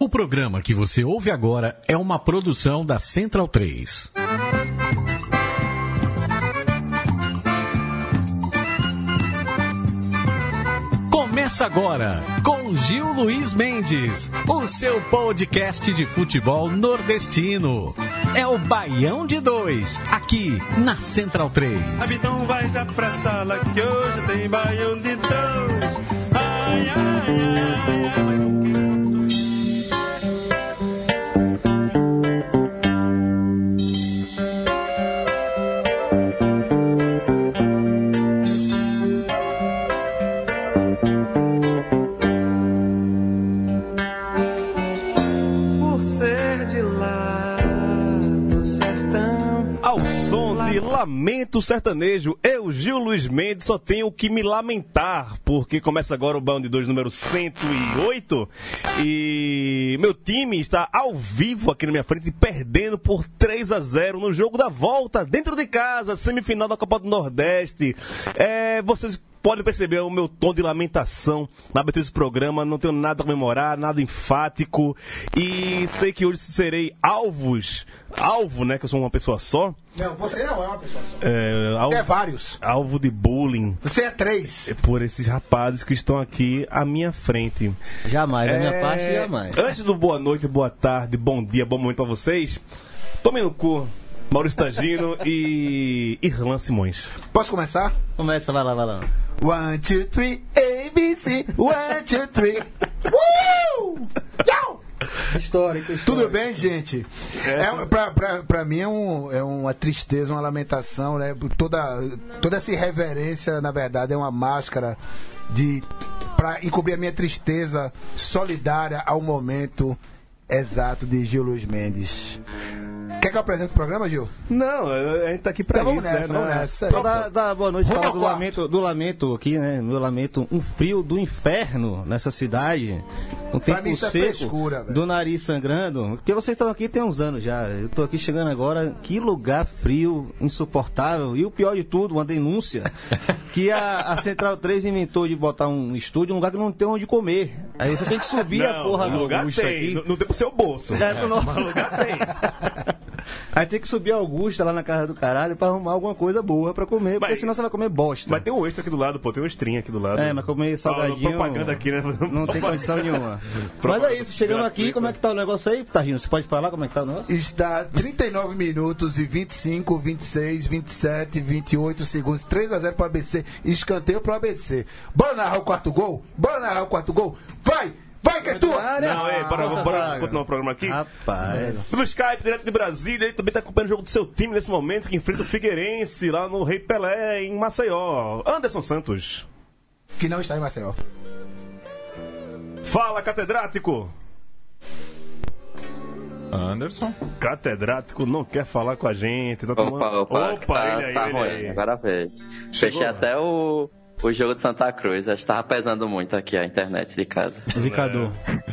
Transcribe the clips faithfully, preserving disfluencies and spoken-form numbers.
O programa que você ouve agora é uma produção da Central três. Começa agora com Gil Luiz Mendes, o seu podcast de futebol nordestino. É o Baião de Dois, aqui na Central três. Então vai já pra sala que hoje tem Baião de Dois. Ai, ai, ai, ai, ai. Lamento sertanejo, eu, Gil Luiz Mendes, só tenho que me lamentar, porque começa agora o Baião de Dois número cento e oito e meu time está ao vivo aqui na minha frente, perdendo por três a zero no jogo da volta, dentro de casa, semifinal da Copa do Nordeste. É, vocês podem perceber o meu tom de lamentação na abertura desse programa, não tenho nada a comemorar, nada enfático, e sei que hoje serei alvos, alvo, né, que eu sou uma pessoa só. Não, você não é uma pessoa só. É, alvo, é vários. Alvo de bullying. Você é três. Por esses rapazes que estão aqui à minha frente. Jamais, da é... minha parte, jamais. Antes do boa noite, boa tarde, bom dia, bom momento pra vocês, tomem no cu Maurício Tagino e Irlan Simões. Posso começar? Começa, vai lá, vai lá. One, two, three, A, B, C. One, two, three. Uh! Yo! Histórico, histórico. Tudo bem, gente? É, pra, pra, pra mim é, um, é uma tristeza, uma lamentação, né? Toda, toda essa irreverência, na verdade, é uma máscara de, pra encobrir a minha tristeza solidária ao momento exato de Gil Luiz Mendes. Quer que eu apresente o programa, Gil? Não, a gente tá aqui pra então, isso, vamos nessa, né? Vamos nessa. Só dá, dá boa noite, falar do quarto. lamento, do lamento aqui, né? Meu lamento, um frio do inferno nessa cidade. Um tempo mim isso é seco, frescura, velho. do nariz sangrando. Porque vocês estão aqui tem uns anos já. Eu tô aqui chegando agora. Que lugar frio, insuportável. E o pior de tudo, uma denúncia, que a, a Central três inventou de botar um estúdio num lugar que não tem onde comer. Aí você tem que subir não, a porra do lugar Augusta tem, aqui. não, não tem pro seu bolso. É, pro nosso... Mas lugar tem. Aí tem que subir a Augusta lá na casa do caralho pra arrumar alguma coisa boa pra comer, porque Mas- senão você vai comer bosta. Mas tem um extra aqui do lado, pô, tem um extrinho aqui do lado. É, mas comer salgadinho... Ah, propaganda aqui, né? Não tem condição nenhuma. Mas é isso, chegando aqui, como é que tá o negócio aí, Targino? Você pode falar como é que tá o negócio? Está trinta e nove minutos e vinte e cinco, vinte e seis, vinte e sete, vinte e oito segundos. três a zero para o A B C. Escanteio para o A B C. Bora narrar o quarto gol? Bora narrar o quarto gol? Vai! Vai que é tua! Não, ei, bora, Ah, bora zaga. continuar o programa aqui. Rapaz... Pelo Skype, direto de Brasília, ele também tá acompanhando o jogo do seu time nesse momento, que enfrenta o Figueirense lá no Rei Pelé, em Maceió. Anderson Santos. Que não está em Maceió. Fala, catedrático! Anderson. Catedrático não quer falar com a gente. Tá Opa, tomando... opa, opa tá, ele aí, tá ele ruim, aí. agora veio. Chegou. Fechei até o, o jogo de Santa Cruz, acho que tava pesando muito aqui a internet de casa. Zicador.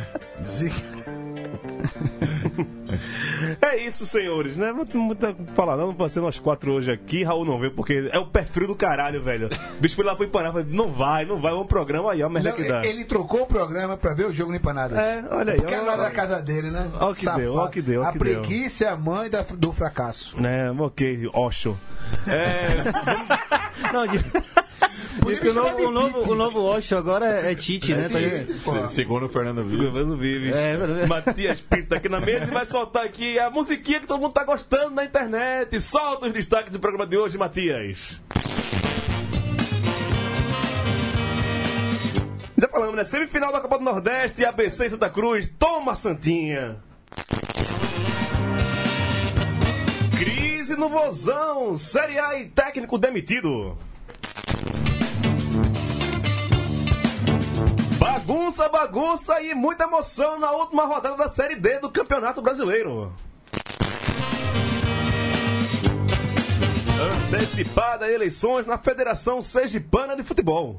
É isso, senhores, né? Não tem muito a falar, não. Vai ser nós quatro hoje aqui. Raul não veio, porque é o pé frio do caralho, velho. O bicho foi lá pro Ipaná, falou, não vai, não vai, vamos programa aí, ó, a merda Não, que dá. ele trocou o programa para ver o jogo no Empanada. É, olha aí. Porque é ó, lá da ó, casa dele, né? Ó o que deu, ó o que deu, ó o A que deu. preguiça é a mãe da- do fracasso. Né, ok, Osho. É, Não, diz diz que o novo, o novo, o novo Osho agora é, é Tite, né? Tá ligado? Porra. Se- Segundo o Fernando Vives. Fernando Vives. É, verdade. Matias Pinto tá aqui na mesa e vai soltar aqui a musiquinha que todo mundo tá gostando na internet. Solta os destaques do programa de hoje, Matias. Já falamos, né? Semifinal da Copa do Nordeste, A B C e Santa Cruz. Toma, Santinha! Crise no Vozão. Série A e técnico demitido. Bagunça, bagunça e muita emoção na última rodada da Série D do Campeonato Brasileiro. Antecipada eleições na Federação Sergipana de Futebol.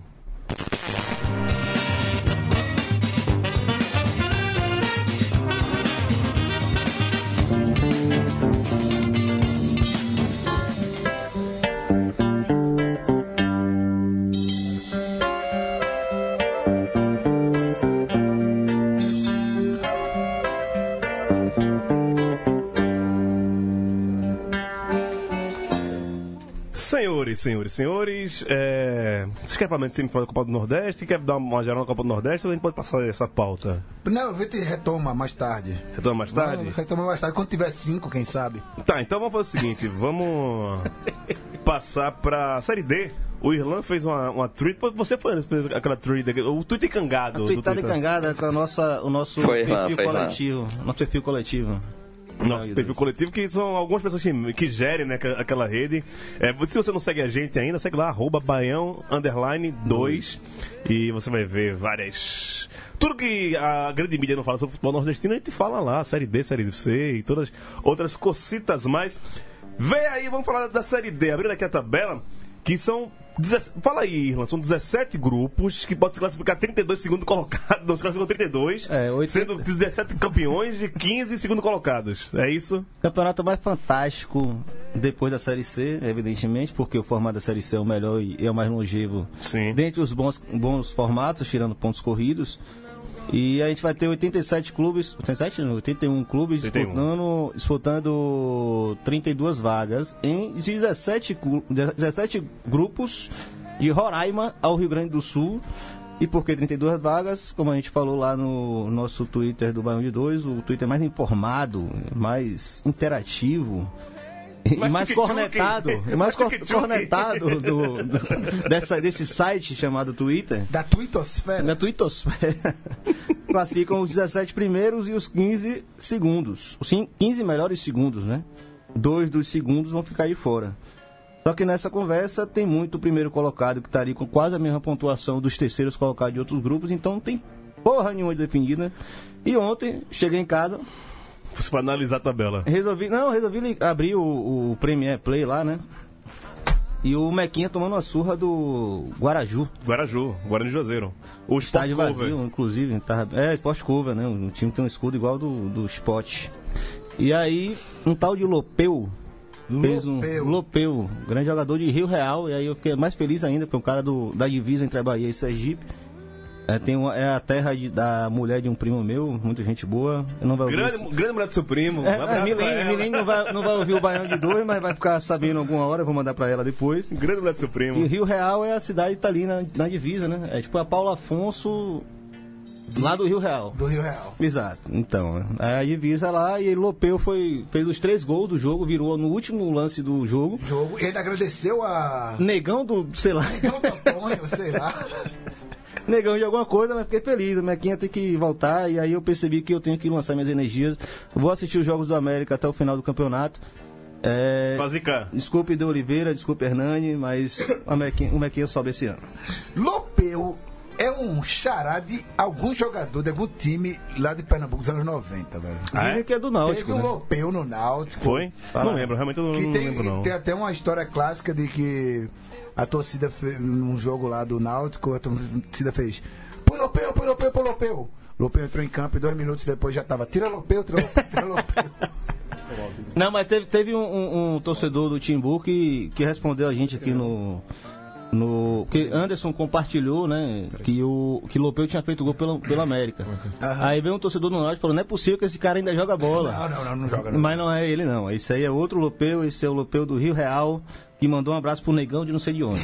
Senhores, senhores, senhores, é... vocês querem falar de semifinal da Copa do Nordeste? Quer dar uma geral na Copa do Nordeste ou a gente pode passar essa pauta? Não, a gente retoma mais tarde. Retoma mais tarde? Não, retoma mais tarde, quando tiver cinco, quem sabe. Tá, então vamos fazer o seguinte, vamos passar pra Série D. O Irlan fez uma, uma tweet, você foi fez aquela tweet, o tweet cangado. A tweetada encangada com a nossa, o nosso Foi perfil lá, foi coletivo. lá. Nosso perfil coletivo. Nosso perfil coletivo, que são algumas pessoas que, que gerem, né, aquela rede. É, se você não segue a gente ainda, segue lá, arroba baião, underline, dois, e você vai ver várias... Tudo que a grande mídia não fala sobre futebol nordestino, a gente fala lá, Série D, Série C e todas outras cocitas mais. Vem aí, vamos falar da Série D, abrindo aqui a tabela, que são... Fala aí, Irlan, são dezessete grupos que podem se classificar trinta e dois segundos colocados, não se classificam trinta e dois, é, oito... sendo dezessete campeões de quinze segundos colocados, é isso? Campeonato mais fantástico depois da Série C, evidentemente, porque o formato da Série C é o melhor e é o mais longevo. Sim. Dentre os bons, bons formatos, tirando pontos corridos. E a gente vai ter oitenta e sete clubes, oitenta e sete não, oitenta e um clubes oitenta e um. Disputando, disputando trinta e duas vagas em dezessete, dezessete grupos de Roraima ao Rio Grande do Sul. E por que trinta e duas vagas? Como a gente falou lá no nosso Twitter do Baião de Dois, o Twitter mais informado, mais interativo e mais, mais cornetado, e mais cor, cornetado do, do, dessa, desse site chamado Twitter. Da Twittosfera. Da Twittosfera. Classificam os dezessete primeiros e os quinze segundos. Os quinze melhores segundos, né? Dois dos segundos vão ficar aí fora. Só que nessa conversa tem muito o primeiro colocado que está ali com quase a mesma pontuação dos terceiros colocados de outros grupos, então não tem porra nenhuma definida. E ontem, cheguei em casa... Você vai analisar a tabela. Resolvi, não, resolvi abrir o, o Premier Play lá, né? E o Mequinha tomando uma surra do Guaraju. Guaraju, Guarani de Juazeiro. O estádio Sport vazio, Cover. inclusive. Tava, é, Sport Cover, né? O time tem um escudo igual do, do Sport. E aí, um tal de Lopeu fez um Lopeu. Lopeu, grande jogador de Rio Real. E aí eu fiquei mais feliz ainda, porque um cara do, da divisa entre a Bahia e Sergipe. É, tem uma, é a terra de, da mulher de um primo meu, muita gente boa. Eu não vai grande, ouvir grande mulher do seu primo. É, Um abraço é, Milene, pra Milene não, vai, não vai ouvir o Baião de Dois, mas vai ficar sabendo alguma hora, eu vou mandar pra ela depois. Grande mulher do seu primo. E Rio Real é a cidade que tá ali na, na divisa, né? É tipo a Paulo Afonso lá do Rio Real. Do Rio Real. Exato. Então, a divisa lá e Lopeu foi, fez os três gols do jogo, virou no último lance do jogo. Jogo. Ele agradeceu a... Negão do, sei lá. Negão do Antônio, sei lá. Negão de alguma coisa, mas fiquei feliz. A Mequinha tem que voltar e aí eu percebi que eu tenho que lançar minhas energias. Vou assistir os Jogos do América até o final do campeonato. É... Fazica. Desculpe de Oliveira, desculpe Hernani, mas a Mequinha, o Mequinha sobe esse ano. Lopeu é um xará de algum jogador de algum time lá de Pernambuco dos anos noventa, velho. Ah, Dizem que é do Náutico, Teve um né? Lopeu no Náutico. Foi? Fala. Não lembro, realmente eu não, Que não tem, lembro não. tem até uma história clássica de que a torcida fez, num jogo lá do Náutico, a torcida fez põe Lopeu, põe Lopeu, põe Lopeu. Lopeu entrou em campo e dois minutos depois já tava tira Lopeu, tira Lopeu, tira Lopeu. Não, mas teve, teve um, um, um torcedor do Timbu que, que respondeu a gente aqui no... No, que Anderson compartilhou, né? Que o que Lopeu tinha feito gol pela, pela América. Aham. Aí veio um torcedor do Norte e falou: não é possível que esse cara ainda joga bola. Não, não, não, não joga não. Mas não é ele, não. Esse aí é outro Lopeu. Esse é o Lopeu do Rio Real, que mandou um abraço pro Negão de não sei de onde.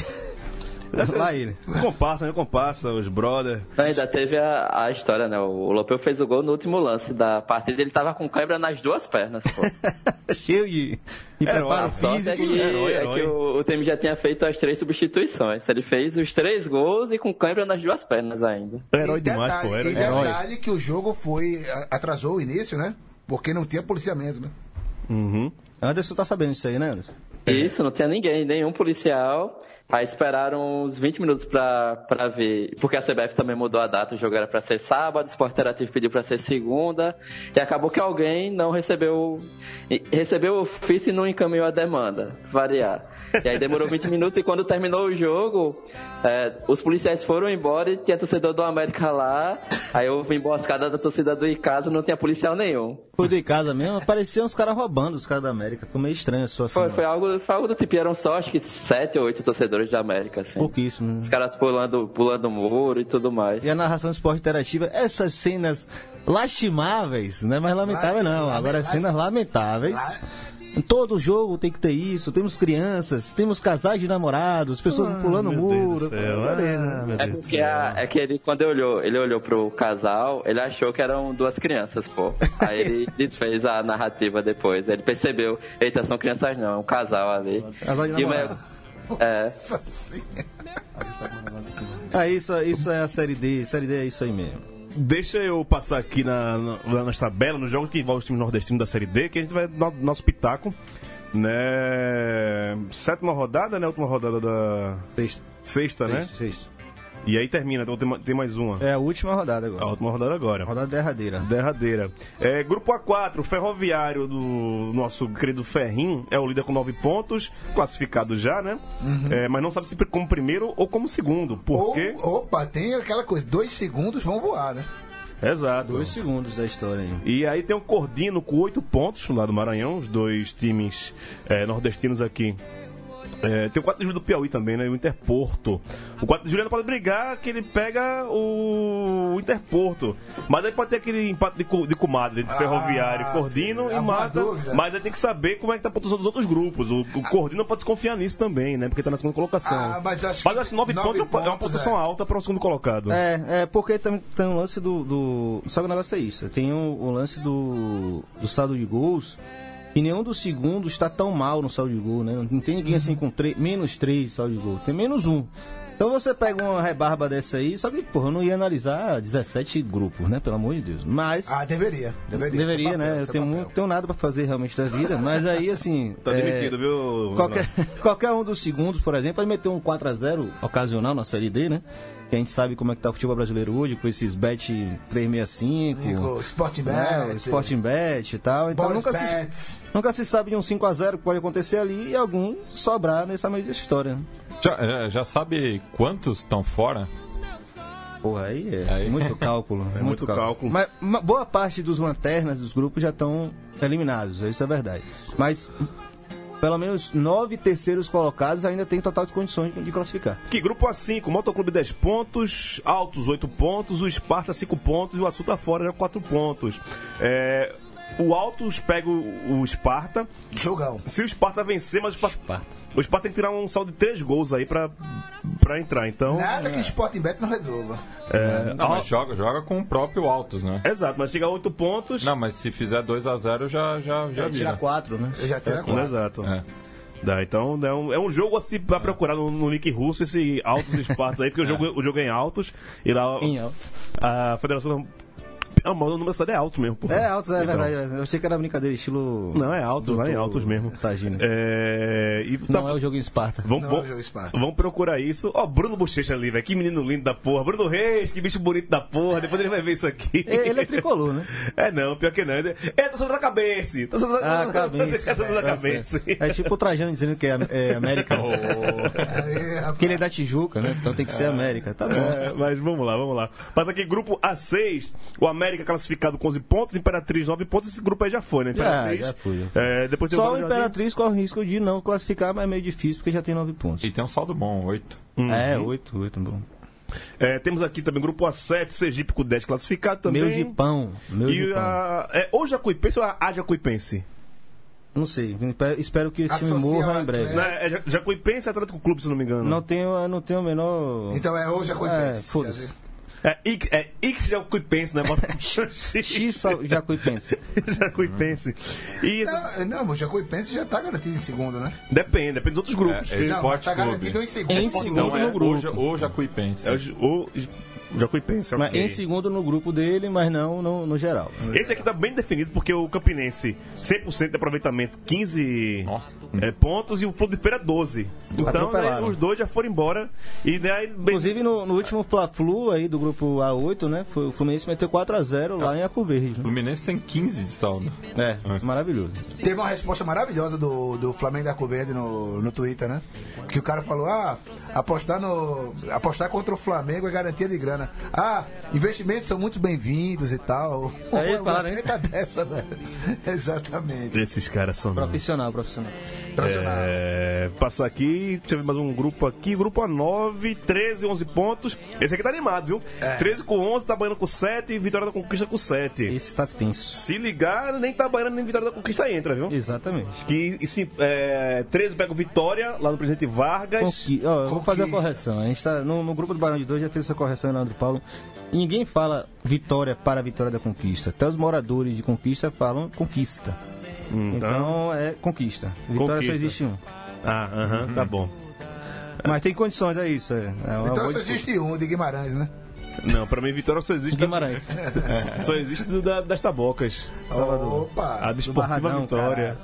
Lá ele. Compassa, né? Compassa, os brother. Não, ainda teve a, a história, né? O Lopeu fez o gol no último lance da partida. Ele tava com câimbra nas duas pernas, pô. Cheio de, de Herói. preparo A sorte é que, físico. Herói, é herói. que o, o time já tinha feito as três substituições. Ele fez os três gols e com câimbra nas duas pernas ainda. Herói E demais, detalhe, pô. E Herói. Herói. detalhe que o jogo foi. a- atrasou o início, né? Porque não tinha policiamento, né? Uhum. Anderson tá sabendo disso aí, né, Anderson? Isso, não tinha ninguém, nenhum policial. Aí esperaram uns vinte minutos pra, pra ver, porque a C B F também mudou a data, o jogo era pra ser sábado, o Sport Interativo pediu pra ser segunda, e acabou que alguém não recebeu, recebeu o ofício e não encaminhou a demanda, variar. E aí demorou vinte minutos e quando terminou o jogo, é, os policiais foram embora e tinha torcedor do América lá, aí houve emboscada da torcida do Icasa, não tinha policial nenhum. Foi de casa mesmo, parecia uns caras roubando, os caras da América. Ficou meio estranho a situação. Foi, foi, algo, foi algo do tipo, e eram só acho que sete ou oito torcedores da América, assim. Pouquíssimo. Os caras pulando, pulando muro e tudo mais. E a narração do Esporte Interativa, essas cenas lastimáveis, não é mais lamentável não, Lamentável, agora lamentável. cenas lamentáveis. Lá- Em todo jogo tem que ter isso. Temos crianças, temos casais de namorados, pessoas Ah, pulando o meu Deus muro. do céu. Beleza. Ah, meu É Deus do porque céu. a- é que ele, quando ele olhou, ele olhou pro casal, ele achou que eram duas crianças, pô. Aí ele desfez a narrativa depois. Ele percebeu, eita, são crianças não, é um casal ali. Casal de E o namorado. meu- É, Ah, isso, isso é a Série D. Série D é isso aí mesmo. Deixa eu passar aqui na, na, nas tabelas, nos jogos que envolvem os times nordestinos da Série D, que a gente vai no nosso pitaco. Né? Sétima rodada, né? Última rodada da Sexta. sexta, né? Sexta, sexta. E aí termina, então tem, ma- tem mais uma. É a última rodada A agora. última rodada agora. Rodada derradeira. Derradeira. É, grupo A quatro, Ferroviário do nosso querido Ferrinho é o líder com nove pontos, classificado já, né? É, mas não sabe se como primeiro ou como segundo. Por quê? Ou, opa, tem aquela coisa, dois segundos vão voar, né? Exato. Dois segundos da história aí. E aí tem o Cordino com oito pontos, lá do Maranhão, os dois times é, nordestinos aqui. É, tem o quatro de julho do Piauí também, né? E o Interporto. O quatro de julho não pode brigar que ele pega o Interporto. Mas aí pode ter aquele empate de, cu- de comadre entre Ah, Ferroviário e Cordino é e uma mata. dúvida. Mas aí tem que saber como é que tá a pontuação dos outros grupos. O, o Cordino não pode desconfiar nisso também, né? Porque tá na segunda colocação. Ah, mas acho Mas eu acho que nove, nove pontos, é uma pontos, pontuação é. alta para um segundo colocado. É, é porque tem, tem um lance do, do. Só que o negócio é isso. Tem o, o lance do, do saldo de gols. E nenhum dos segundos está tão mal no saldo de gol, né? Não tem ninguém assim com tre- menos três de saldo de gol. Tem menos um. Então você pega uma rebarba dessa aí, só que, porra, eu não ia analisar dezessete grupos, né? Pelo amor de Deus. Mas. Ah, deveria. Deveria, deveria, Seu papel, né? Eu seu tenho, papel. muito, tenho nada pra fazer realmente da vida, mas aí, assim. Tá é, demitido, viu? Qualquer, qualquer um dos segundos, por exemplo, pode meter um quatro a zero ocasional na Série D, né? Que a gente sabe como é que tá o futebol brasileiro hoje, com esses bet trezentos e sessenta e cinco, Nico, Sporting né, Bet, Sporting Bet e tal. Então Boris nunca se, Bets. nunca se sabe de um cinco a zero que pode acontecer ali e algum sobrar nessa mesma história. Né? Já, já- já sabe quantos estão fora? Porra, aí é Aí. muito cálculo. É muito cálculo. Mas uma boa parte dos lanternas dos grupos já estão eliminados, isso é verdade. Mas pelo menos nove terceiros colocados ainda tem total de condições de classificar. Que grupo A cinco, Motoclube dez pontos, Altos oito pontos, o Esparta cinco pontos e o Açu tá fora já com quatro pontos. É, o Altos pega o, o Esparta. Jogão. Se o Esparta vencer, mas o Esparta, o Esparta tem que tirar um saldo de três gols aí pra, pra entrar. Então, Nada que Sporting Bet não resolva. é, Não, ó, mas joga, joga com o próprio Altos, né? exato, mas chega a oito pontos. Não, mas se fizer dois a zero já, já, já Tira vira. quatro, né? Eu já tenho a É, quatro. exato. É. Dá, então é um, é um jogo assim pra procurar no, no link russo esse Altos e Esparta aí, porque o, jogo, o jogo é em Altos e lá Em altos. a federação. Ah, o número da cidade é alto mesmo, porra. É, altos, é Então, verdade. Eu achei que era brincadeira, estilo. Não, é alto, lá em Altos mesmo. Tagino. É. E tá, Não é o jogo em Esparta. vamos, Não, vamos, é o jogo Esparta. vamos procurar isso. Ó, Bruno Bochecha ali, velho. Que menino lindo da porra. Bruno Reis, que bicho bonito da porra. Depois ele vai ver isso aqui. Ele é tricolor, né? É não, pior que não. Ele é torcedor da cabeça. Torcedor da Ah, cabeça. É torcedor da cabeça. É tipo o Trajano dizendo que é, é América. Aí, rapaz. Porque ele é da Tijuca, né? Então tem que ser América. Tá bom. É, mas vamos lá, vamos lá. Mas aqui, grupo A seis, o América classificado com onze pontos, Imperatriz nove pontos, esse grupo aí já foi, né? Imperatriz. Já, já foi, já foi. É, depois tem Só o Belo Jardim. Imperatriz corre o risco de não classificar, mas é meio difícil porque já tem nove pontos. E tem um saldo bom, oito. É, oito, oito, bom. É, temos aqui também grupo A sete, Sergipe com dez classificado também. Meu Gipão. Meu E Gipão. a, é, ou Jacuipense ou a Jacuipense? Não sei. Espero- Espero que esse time Associa morra a- em breve. É. Né, é Ja- Jacuipense e Atlético Clube, se não me engano. Não tenho, não tenho o menor. Então é hoje a coisa. É, foda-se. É Ix é Ix Jacuipense, né? Bota X Jacuipense. Jacuipense. E Não, não, o Jacuipense já tá garantido em segundo, né? depende, depende dos outros grupos. É, é Não, Esporte tá Clube. garantido em segundo. Em Esporte segundo Clube. Então é no grupo. o Ja- o Jacuipense. É o, o Jacuipense, Mas ok. em segundo no grupo dele, mas não no, no geral. Esse aqui tá bem definido porque o Campinense cem por cento de aproveitamento, quinze Nossa. é, pontos e o Fluminense de Feira doze. Então né, Atropelaram. os dois já foram embora e daí bem, Inclusive no, no último Fla-Flu aí do grupo A oito, né? Foi, o Fluminense meteu quatro a zero lá em Arco Verde. O Né? Fluminense tem quinze de saldo. É, maravilhoso. Teve uma resposta maravilhosa do, do Flamengo da Arco Verde no, no Twitter, né? Que o cara falou: ah, apostar, no, apostar contra o Flamengo é garantia de grana. semana. Ah, investimentos são muito bem-vindos e tal. É isso, uma falaram, hein? treta dessa, velho. Exatamente. Esses caras são... Profissional, profissional. Profissional. É, passar aqui, deixa eu ver mais um grupo aqui, grupo A nove, treze, onze pontos. Esse aqui tá animado, viu? É. treze com onze, Itabaiana com sete e Vitória da Conquista com sete. Esse tá tenso. Se ligar, nem Itabaiana nem Vitória da Conquista entra, viu? Exatamente. Que e se, é, treze pega o Vitória, lá no Presidente Vargas. Conqui... Ó, eu vou fazer a Conquista. correção. A gente tá no, no grupo do Baião de dois, já fez essa correção, Leandro Paulo. E ninguém fala vitória para a Vitória da Conquista. Até os moradores de Conquista falam conquista. Então, Então é conquista. Vitória Conquista. só existe um. ah, aham, tá bom. Mas tem condições, é isso. É, é uma Então boa só disputa. existe um, de Guimarães, né? Não, pra mim Vitória só existe... Guimarães. Só existe do, da, das Tabocas. Opa! A Desportiva Barradão, Vitória.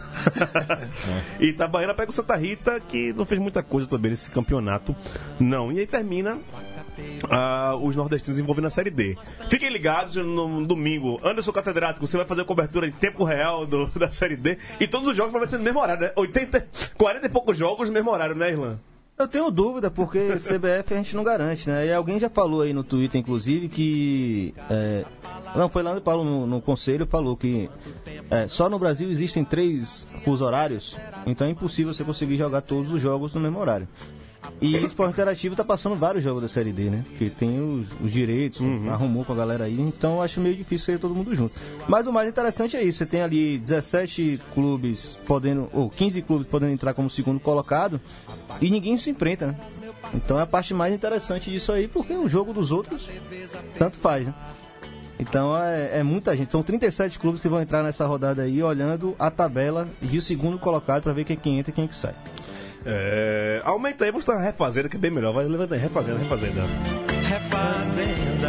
E Itabaiana pega o Santa Rita, que não fez muita coisa também nesse campeonato. Não. E aí termina ah, os nordestinos envolvendo a Série D. Fiquem ligados no domingo. Anderson Catedrático, você vai fazer a cobertura em tempo real do, da Série D. E todos os jogos vão ser no mesmo horário, né? oitenta, quarenta e poucos jogos no mesmo horário, né, Irlan? Eu tenho dúvida, porque C B F a gente não garante, né? E alguém já falou aí no Twitter, inclusive, que... é, não, foi lá no Paulo, no, no conselho, falou que é, só no Brasil existem três fuso horários, então é impossível você conseguir jogar todos os jogos no mesmo horário. E o Esporte Interativo tá passando vários jogos da Série D, né? Que tem os, os direitos, arrumou com a galera aí, então eu acho meio difícil ser todo mundo junto. Mas o mais interessante é isso, você tem ali dezessete clubes podendo, ou quinze clubes podendo entrar como segundo colocado, e ninguém se enfrenta, né? Então é a parte mais interessante disso aí, porque o jogo dos outros tanto faz, né? Então é, é muita gente, são trinta e sete clubes que vão entrar nessa rodada aí, olhando a tabela de segundo colocado para ver quem é que entra e quem é que sai. É, aumenta aí, vamos estar refazendo, que é bem melhor. Vai levanta aí, refazendo, refazendo. Refazenda,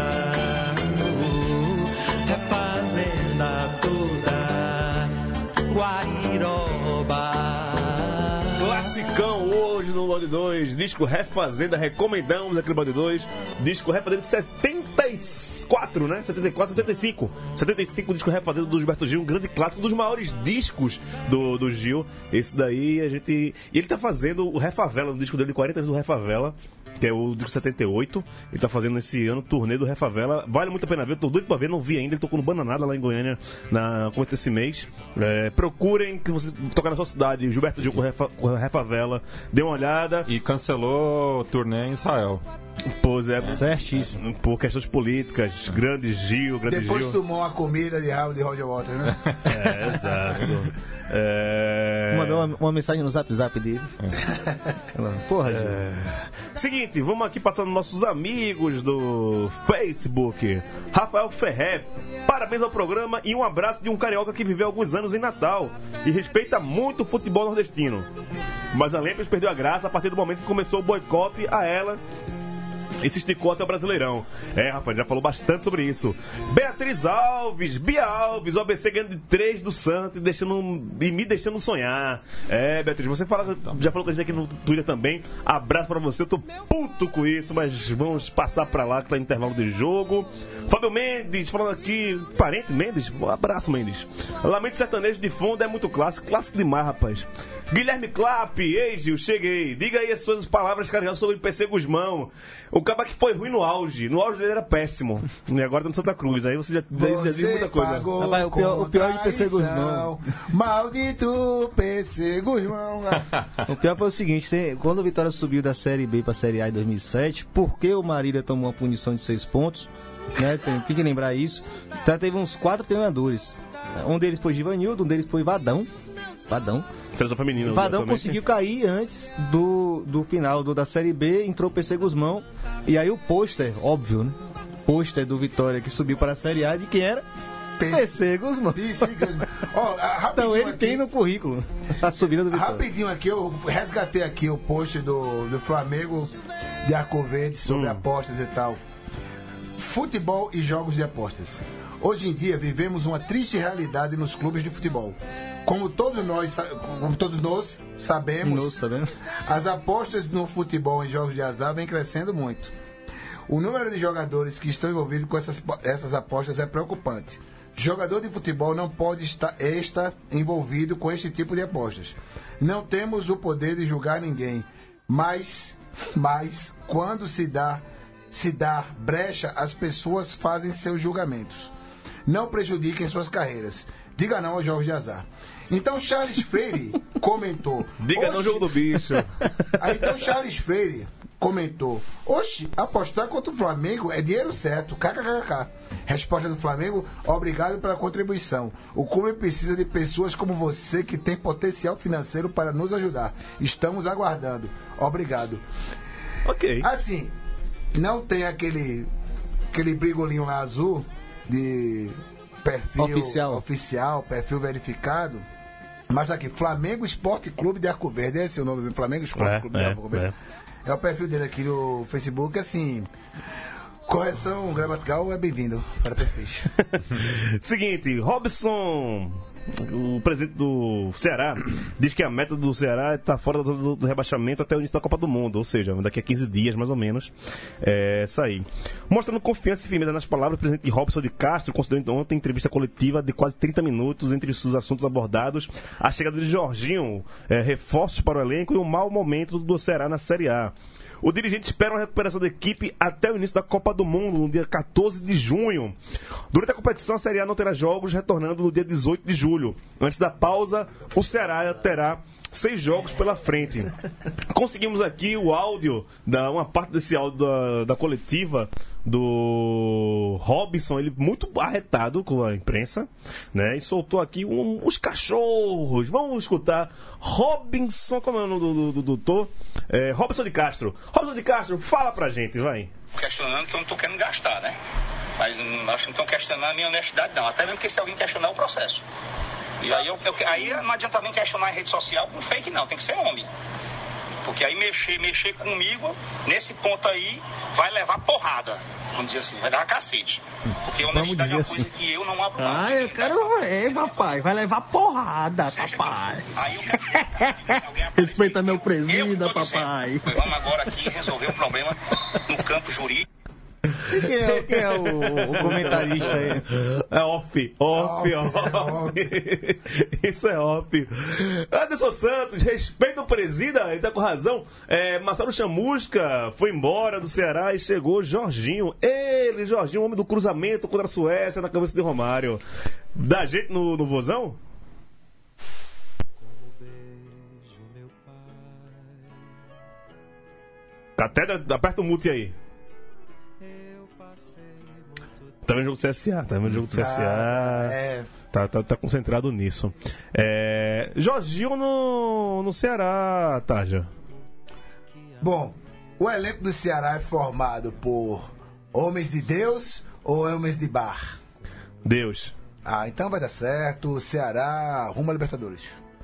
uh, refazenda toda Guairoba. Classicão hoje no Bode dois, disco Refazenda, recomendamos aqui no Bode dois, disco Refazenda de setenta e quatro, né? setenta e quatro, setenta e cinco. setenta e cinco, disco Refazenda do Gilberto Gil, um grande clássico, um dos maiores discos do, do Gil. Esse daí a gente... E ele tá fazendo o Refavela, no disco dele de quarenta anos do Refavela, que é o disco setenta e oito. Ele tá fazendo esse ano o turnê do Refavela. Vale muito a pena ver, eu tô doido pra ver, não vi ainda. Ele tocou no Bananada lá em Goiânia na começo desse mês. É, procurem que você tocar na sua cidade, Gilberto Gil com Refa, com Refavela. Dê uma olhada. E cancelou o turnê em Israel. Pois é, Certíssimo. por questões políticas, grande Gil, grande Depois Gil. tomou a comida de rabo de Roger Waters, né? É, exato. É... Mandou uma, uma mensagem no zap zap dele. Ela, Porra, Gil. Seguinte, vamos aqui passando nossos amigos do Facebook. Rafael Ferrer, parabéns ao programa e um abraço de um carioca que viveu alguns anos em Natal e respeita muito o futebol nordestino. Mas a Lempes perdeu a graça a partir do momento que começou o boicote a ela e se esticou até o Brasileirão. É, Rafael, já falou bastante sobre isso. Beatriz Alves, Bia Alves, o A B C ganhando de três do Santos e, deixando, e me deixando sonhar. É, Beatriz, você fala, já falou com a gente aqui no Twitter também. Abraço pra você, eu tô puto com isso, mas vamos passar pra lá que tá em intervalo de jogo. Fábio Mendes, falando aqui, parente Mendes? Um abraço, Mendes. Lamento Sertanejo de fundo é muito clássico, clássico demais, rapaz. Guilherme Clapp, ei Gil, cheguei. Diga aí as suas palavras carinhosas sobre o P C Guzmão. O cara que foi ruim no auge. No auge dele era péssimo. E agora tá no Santa Cruz. Aí você já, você já diz muita coisa. Rapaz, o pior- o pior de P C Guzmão. Maldito P C Guzmão. O pior foi o seguinte, tem- quando o Vitória subiu da Série B pra Série A em dois mil e sete, porque o Marília tomou uma punição de seis pontos, né? Tem, tem que lembrar isso. Então teve uns quatro treinadores. Um deles foi Givanildo, um deles foi Vadão. Vadão. Seleção feminina. Vadão também. conseguiu cair antes do, do final do, da Série B, entrou o P C Guzmão. E aí o pôster, óbvio, né? Pôster do Vitória que subiu para a Série A, de quem era? P C Guzmão. P C Guzmão. Ó, rapidinho Então ele aqui, tem no currículo a subida do Vitória. Rapidinho aqui, eu resgatei aqui o post do, do Flamengo de Arco Verde sobre Hum. apostas e tal. Futebol e jogos de apostas. Hoje em dia vivemos uma triste realidade nos clubes de futebol. Como todos nós, sa- como todos nós sabemos, Nossa, tá vendo? as apostas no futebol em jogos de azar vem crescendo muito. O número de jogadores que estão envolvidos com essas, essas apostas é preocupante. Jogador de futebol não pode estar, estar envolvido com este tipo de apostas. Não temos o poder de julgar ninguém, mas, mas quando se dá se dar brecha, as pessoas fazem seus julgamentos. Não prejudiquem suas carreiras. Diga não aos jogos de azar. Então Charles Freire comentou... Diga não ao jogo do bicho. Aí, então Charles Freire comentou: oxe, apostar contra o Flamengo é dinheiro certo. Kkkk. Resposta do Flamengo: obrigado pela contribuição. O clube precisa de pessoas como você que tem potencial financeiro para nos ajudar. Estamos aguardando. Obrigado. Ok. Assim, não tem aquele aquele brigolinho lá azul de perfil Oficial. oficial, perfil verificado. Mas aqui, Flamengo Esporte Clube de Arco Verde. Esse é o nome do Flamengo Esporte É, Clube de é, Arco Verde. É. É o perfil dele aqui no Facebook, assim. Correção gramatical é bem-vindo para perfeito. Seguinte, Robson, o presidente do Ceará, diz que a meta do Ceará está fora do, do, do rebaixamento até o início da Copa do Mundo, ou seja, daqui a quinze dias mais ou menos, é, sair. Mostrando confiança e firmeza nas palavras, o presidente Robson de Castro considerou ontem em entrevista coletiva de quase trinta minutos, entre os assuntos abordados, a chegada de Jorginho, é, reforços para o elenco e o mau momento do Ceará na Série A. O dirigente espera uma recuperação da equipe até o início da Copa do Mundo, no dia quatorze de junho. Durante a competição, a Série A não terá jogos, retornando no dia dezoito de julho. Antes da pausa, o Ceará terá seis jogos pela frente. Conseguimos aqui o áudio, da, uma parte desse áudio da, da coletiva do Robson, ele muito arretado com a imprensa, né? E soltou aqui um, os cachorros. Vamos escutar Robinson, como é o nome do, do, do doutor? É, Robson de Castro. Robson de Castro, fala pra gente, vai. Questionando que eu não tô querendo gastar, né? Mas não, acho que não estão questionando a minha honestidade, não. Até mesmo que se alguém questionar o processo. E aí, eu, eu, aí não adianta nem questionar em rede social com fake, não. Tem que ser homem. Porque aí mexer, mexer comigo, nesse ponto aí, vai levar porrada. Vamos dizer assim, vai dar cacete. Porque honestidade é uma coisa assim que eu não abro mão. Ah, eu quero ver, papai. Vai levar porrada, papai. Aí eu quero... Respeita meu presida, papai. Vamos agora aqui resolver o problema no campo jurídico. Quem é, quem é o, o comentarista aí? É off, off, off. off. Isso é off. Anderson Santos, respeita o presida, ele tá com razão. É, Marcelo Chamusca foi embora do Ceará e chegou Jorginho. Ele, Jorginho, homem do cruzamento contra a Suécia na cabeça de Romário. Dá jeito no, no vozão? Catedra, aperta o mute aí. Tá vendo o jogo do C S A, tá vendo o jogo do C S A. Ah, é. Tá, tá, tá concentrado nisso. É, Jorginho no, no Ceará, Tarja. Bom, o elenco do Ceará é formado por homens de Deus ou homens de bar? Deus. Ah, então vai dar certo. O Ceará rumo a Libertadores.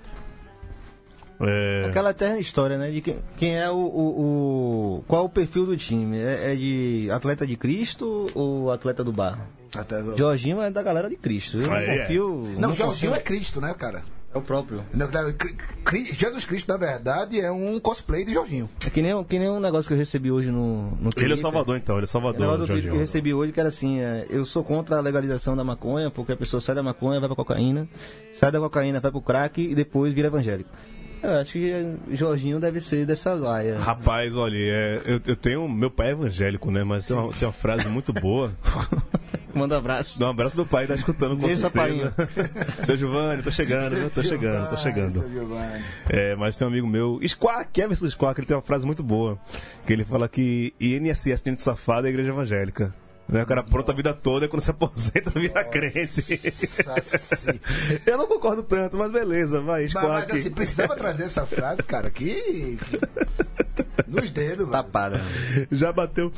É... Aquela eterna história, né? De quem, quem é o, o, o. Qual é o perfil do time? É, é de atleta de Cristo ou atleta do bar? Até do... Jorginho é da galera de Cristo. Eu não Ah, é? confio. Não, não Jorginho confio. é Cristo, né, cara? É o próprio. Não, não, Cri- Cri- Jesus Cristo, na verdade, é um cosplay de Jorginho. É que nem, que nem um negócio que eu recebi hoje no, no Twitter. Ele é Salvador, então, ele é É um Salvador. negócio do Twitter que eu Jorginho. recebi hoje que era assim, é, eu sou contra a legalização da maconha, porque a pessoa sai da maconha, vai pra cocaína, sai da cocaína, vai pro crack e depois vira evangélico. Eu acho que Jorginho deve ser dessa laia. Rapaz, olha, é, eu, eu tenho. Meu pai é evangélico, né? Mas tem uma, tem uma frase muito boa. Manda abraço. Dá um abraço pro meu pai, tá escutando com Essa certeza. Seu Giovanni, tô chegando, eu tô chegando, tô chegando. Seu Giovanni. É, mas tem um amigo meu, Squawk, Everson Squawk, ele tem uma frase muito boa. Que ele fala que I N S S, gente safada, é a igreja evangélica. Né? O cara pronto a vida toda e quando se aposenta vira crente. Saci. Eu não concordo tanto, mas beleza, vai, Mas, Squawk. mas assim, precisava trazer essa frase, cara, aqui nos dedos, velho. Tapada. Já bateu.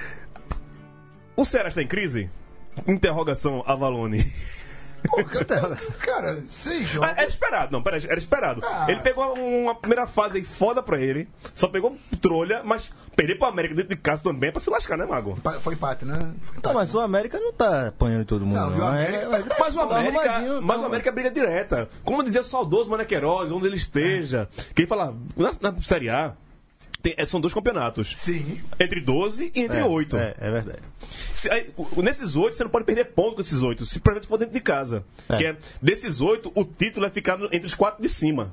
O Ceará está em crise? Interrogação Avalone. Pô, cara, cara, seis jogos. Era esperado, não, peraí, era esperado. Ah. Ele pegou uma primeira fase aí foda pra ele, só pegou trolha, mas perder pro América dentro de casa também é pra se lascar, né, Mago? Pa- Foi empate, né? Foi empate, Não, mas o América não tá apanhando todo mundo, Não, não. e o É- América- é- Mas o tá América, arrumadinho, mas tá o América é briga direta. Como dizia o saudoso Mané Queiroz, onde ele esteja. Que ele fala, na, na Série A, tem- é, são dois campeonatos. Sim. Entre doze e entre É, oito. É, é verdade. Se- aí, o- nesses oito, você não pode perder ponto com esses oito, se provavelmente for dentro de casa. É. Que é, desses oito, o título é ficar no- entre os quatro de cima.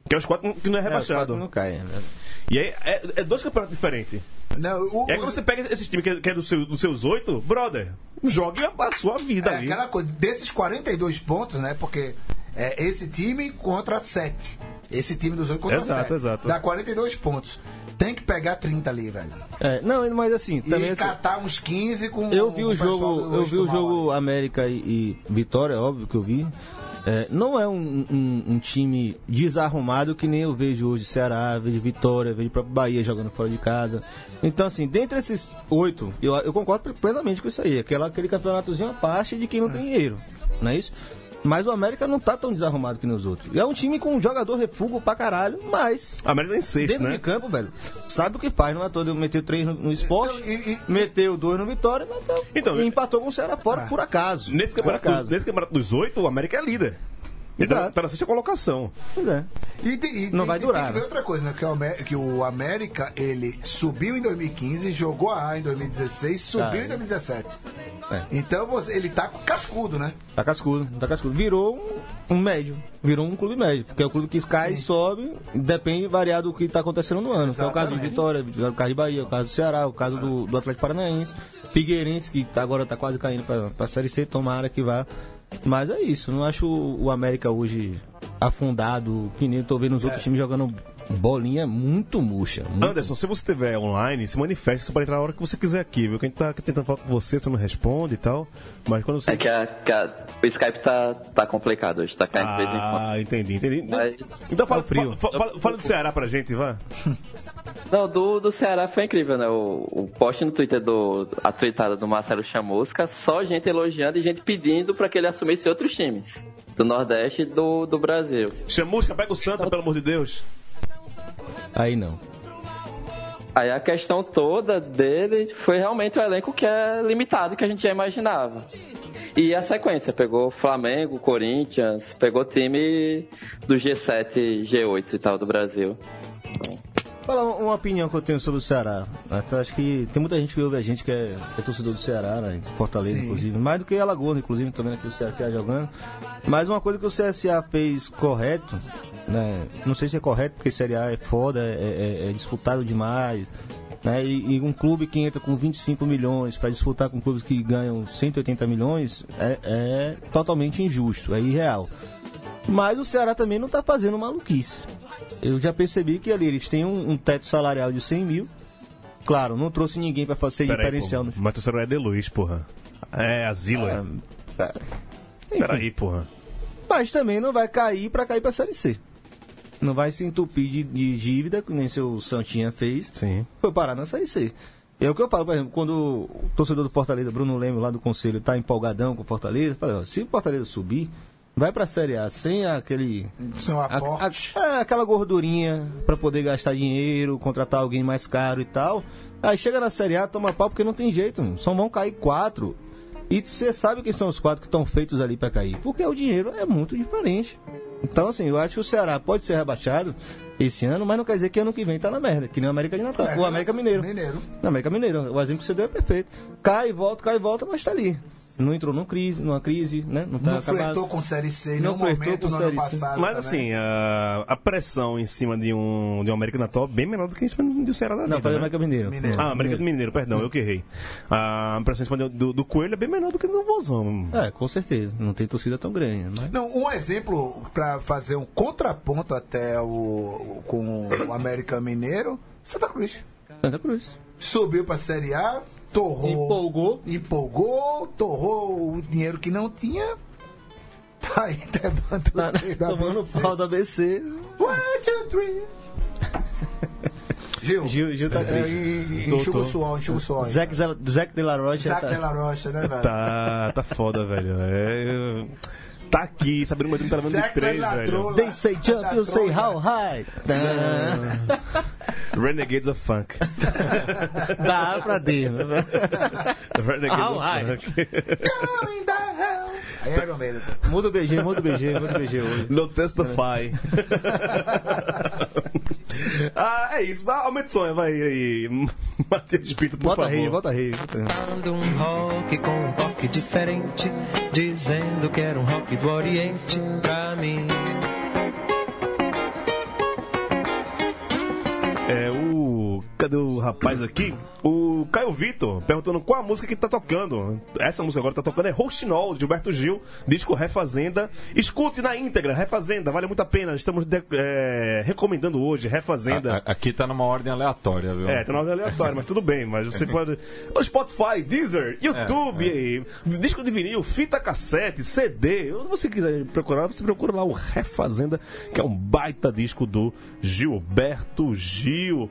Que é os quatro que não é É, os rebaixado. quatro não caem, né? E aí é, é dois campeonatos diferentes. Não, o, E aí quando você pega esses times que é, que é do seu, dos seus oito, brother, jogue a, a sua vida é ali. aquela coisa, desses quarenta e dois pontos, né? Porque é esse time contra sete. Esse time dos oito contra Exato, sete. exato. Dá quarenta e dois pontos. Tem que pegar trinta ali, velho. É, não, mas assim, também E assim, catar uns quinze com eu vi com o pessoal jogo, do eu Oeste vi o do jogo Mauá. América e, e Vitória, óbvio que eu vi. É, não é um, um, um time desarrumado que nem eu vejo hoje Ceará, vejo Vitória, vejo o próprio Bahia jogando fora de casa. Então, assim, dentre esses oito, eu, eu concordo plenamente com isso aí. Aquela, aquele campeonatozinho à parte de quem não tem dinheiro, não é isso? Mas o América não tá tão desarrumado que nos outros. É um time com um jogador refúgio pra caralho, mas... A América tem sexto, dentro né? de campo, velho, sabe o que faz, não é todo. Meteu três no, no esporte, Então, e- e- meteu dois no Vitória, meteu, Então, e empatou com o Ceará fora, por acaso. Nesse por campeonato, acaso. nesse campeonato dos oito, o América é líder. Ele tá, Exato. tá na sexta colocação. Pois é. E, tem- e, Não e- vai e durar, Tem que ver né? outra coisa, né? Que o, América, que o América, ele subiu em dois mil e quinze, jogou a A em dois mil e dezesseis, subiu Tá, em dois mil e dezessete. É. Então você, ele tá cascudo, né? Tá cascudo, tá cascudo. Virou um, um médio. Virou um clube médio. Porque é o clube que cai e Sim. sobe, depende variado do que tá acontecendo no ano. Que é o caso de Exatamente. Vitória, o caso de Bahia, o caso do Ceará, o caso do, do Atlético Paranaense, Figueirense, que tá- agora tá quase caindo pra, pra Série C, tomara que vá. Mas é isso, não acho o, o América hoje afundado, que nem eu tô vendo os outros times jogando bolinha muito murcha. Muito... Anderson, se você estiver online, se manifeste, você pode entrar a hora que você quiser aqui, viu? Que a gente tá tentando falar com você, você não responde e tal. Mas quando você. É que, a, que a- o Skype tá, tá complicado hoje, tá caindo de vez em quando. Ah, entendi, entendi. Mas- Então fala, Tá frio. fala, fala, fala do Ceará pra gente, vá. Não, do, do Ceará foi incrível, né? O, o post no Twitter, do, a tweetada do Marcelo Chamusca, só gente elogiando e gente pedindo pra que ele assumisse outros times. Do Nordeste e do, do Brasil. Chamusca, pega o Santa, pelo amor de Deus. Aí não. Aí a questão toda dele foi realmente o elenco que é limitado, que a gente já imaginava. E a sequência, pegou Flamengo, Corinthians, pegou time do G sete, G oito e tal do Brasil. Falar uma uma opinião que eu tenho sobre o Ceará. Até acho que tem muita gente que ouve a gente que é, que é torcedor do Ceará, né? De Fortaleza, Sim. inclusive. Mais do que Alagoas, inclusive, também aqui o C S A jogando. Mas uma coisa que o C S A fez correto, né? Não sei se é correto, porque Série A é foda, é, é- é disputado demais. Né? E, e um clube que entra com vinte e cinco milhões para disputar com clubes que ganham cento e oitenta milhões é, é totalmente injusto, é irreal. Mas o Ceará também não está fazendo maluquice. Eu já percebi que ali eles têm um, um teto salarial de cem mil. Claro, não trouxe ninguém para fazer Peraí, diferencial. pô, mas o Ceará é de Luiz, porra. É, asilo, é. Ah, Peraí, porra. Mas também não vai cair para cair para a Série C. Não vai se entupir de, de dívida, que nem seu Santinha fez. Sim. Foi parar na Série C. É o que eu falo, por exemplo, quando o torcedor do Fortaleza, Bruno Leme, lá do Conselho, está empolgadão com o Fortaleza, eu falei, ó, se o Fortaleza subir, vai pra Série A sem aquele... São a- aportes. a- é, aquela gordurinha pra poder gastar dinheiro, contratar alguém mais caro e tal. Aí chega na Série A, toma pau porque não tem jeito, mano. Só vão cair quatro. E você sabe quem são os quatro que estão feitos ali pra cair. Porque o dinheiro é muito diferente. Então, assim, eu acho que o Ceará pode ser rebaixado esse ano, mas não quer dizer que ano que vem tá na merda, que nem o América de Natal. O América Mineiro. Mineiro. O América Mineiro. O exemplo que você deu é perfeito. Cai e volta, cai e volta, mas tá ali. Não entrou numa crise, numa crise, né? Não tá Não acabado. flertou com Série C em Não nenhum flertou momento com no ano Série C. passado. Mas também. assim, a, a pressão em cima de um, de um América Natal é bem menor do que em cima do Ceará da vida, Não, foi o né? América Mineiro. Mineiro. Ah, América do Mineiro, perdão, eu que errei. A pressão em cima do, do, do Coelho é bem menor do que do Vozão. É, com certeza. Não tem torcida tão grande, mas... Não, um exemplo para fazer um contraponto até o com o América Mineiro, Santa Cruz. Santa Cruz. Subiu para a Série A, torrou, Empolgou. empolgou, torrou o dinheiro que não tinha. Tá aí, levando Tá tomando pau do A B C. One, two, three. Gil, Gil, Gil tá é, triste. e- e- Tô, enxuga tô. o suor, enxuga o suor. Zac, Zac de la Rocha. Zac tá... de la Rocha, né, velho? Tá, tá foda, velho. É, tá aqui, sabendo meu time tá levando de Zac três, vai na velho. trola. They say jump, Da you say trola. how high. Renegades of Funk. Dá pra D. né? Renegades How of high. Funk. Going down. Aí é Iron Maiden. Muda o B G, muda o B G, muda o B G hoje. No testify. Ah, é isso. Vai, aumenta o som, vai aí. Matheus Pinto, por Bota favor. rei, bota rei. bota rei. Manda um rock com um toque diferente, dizendo que era um rock do Oriente pra mim. É, o... Cadê o rapaz aqui? O Caio Vitor, perguntando qual a música que tá tocando. Essa música agora tá tocando é Rouxinol, de Gilberto Gil, disco Refazenda. Escute na íntegra, Refazenda, vale muito a pena. Estamos de, é, recomendando hoje, Refazenda. A, a, aqui tá numa ordem aleatória, viu? É, tá numa ordem aleatória, mas tudo bem. Mas você pode... O Spotify, Deezer, YouTube, é, é. disco de vinil, fita cassete, C D. Onde você quiser procurar, você procura lá o Refazenda, que é um baita disco do Gilberto Gil.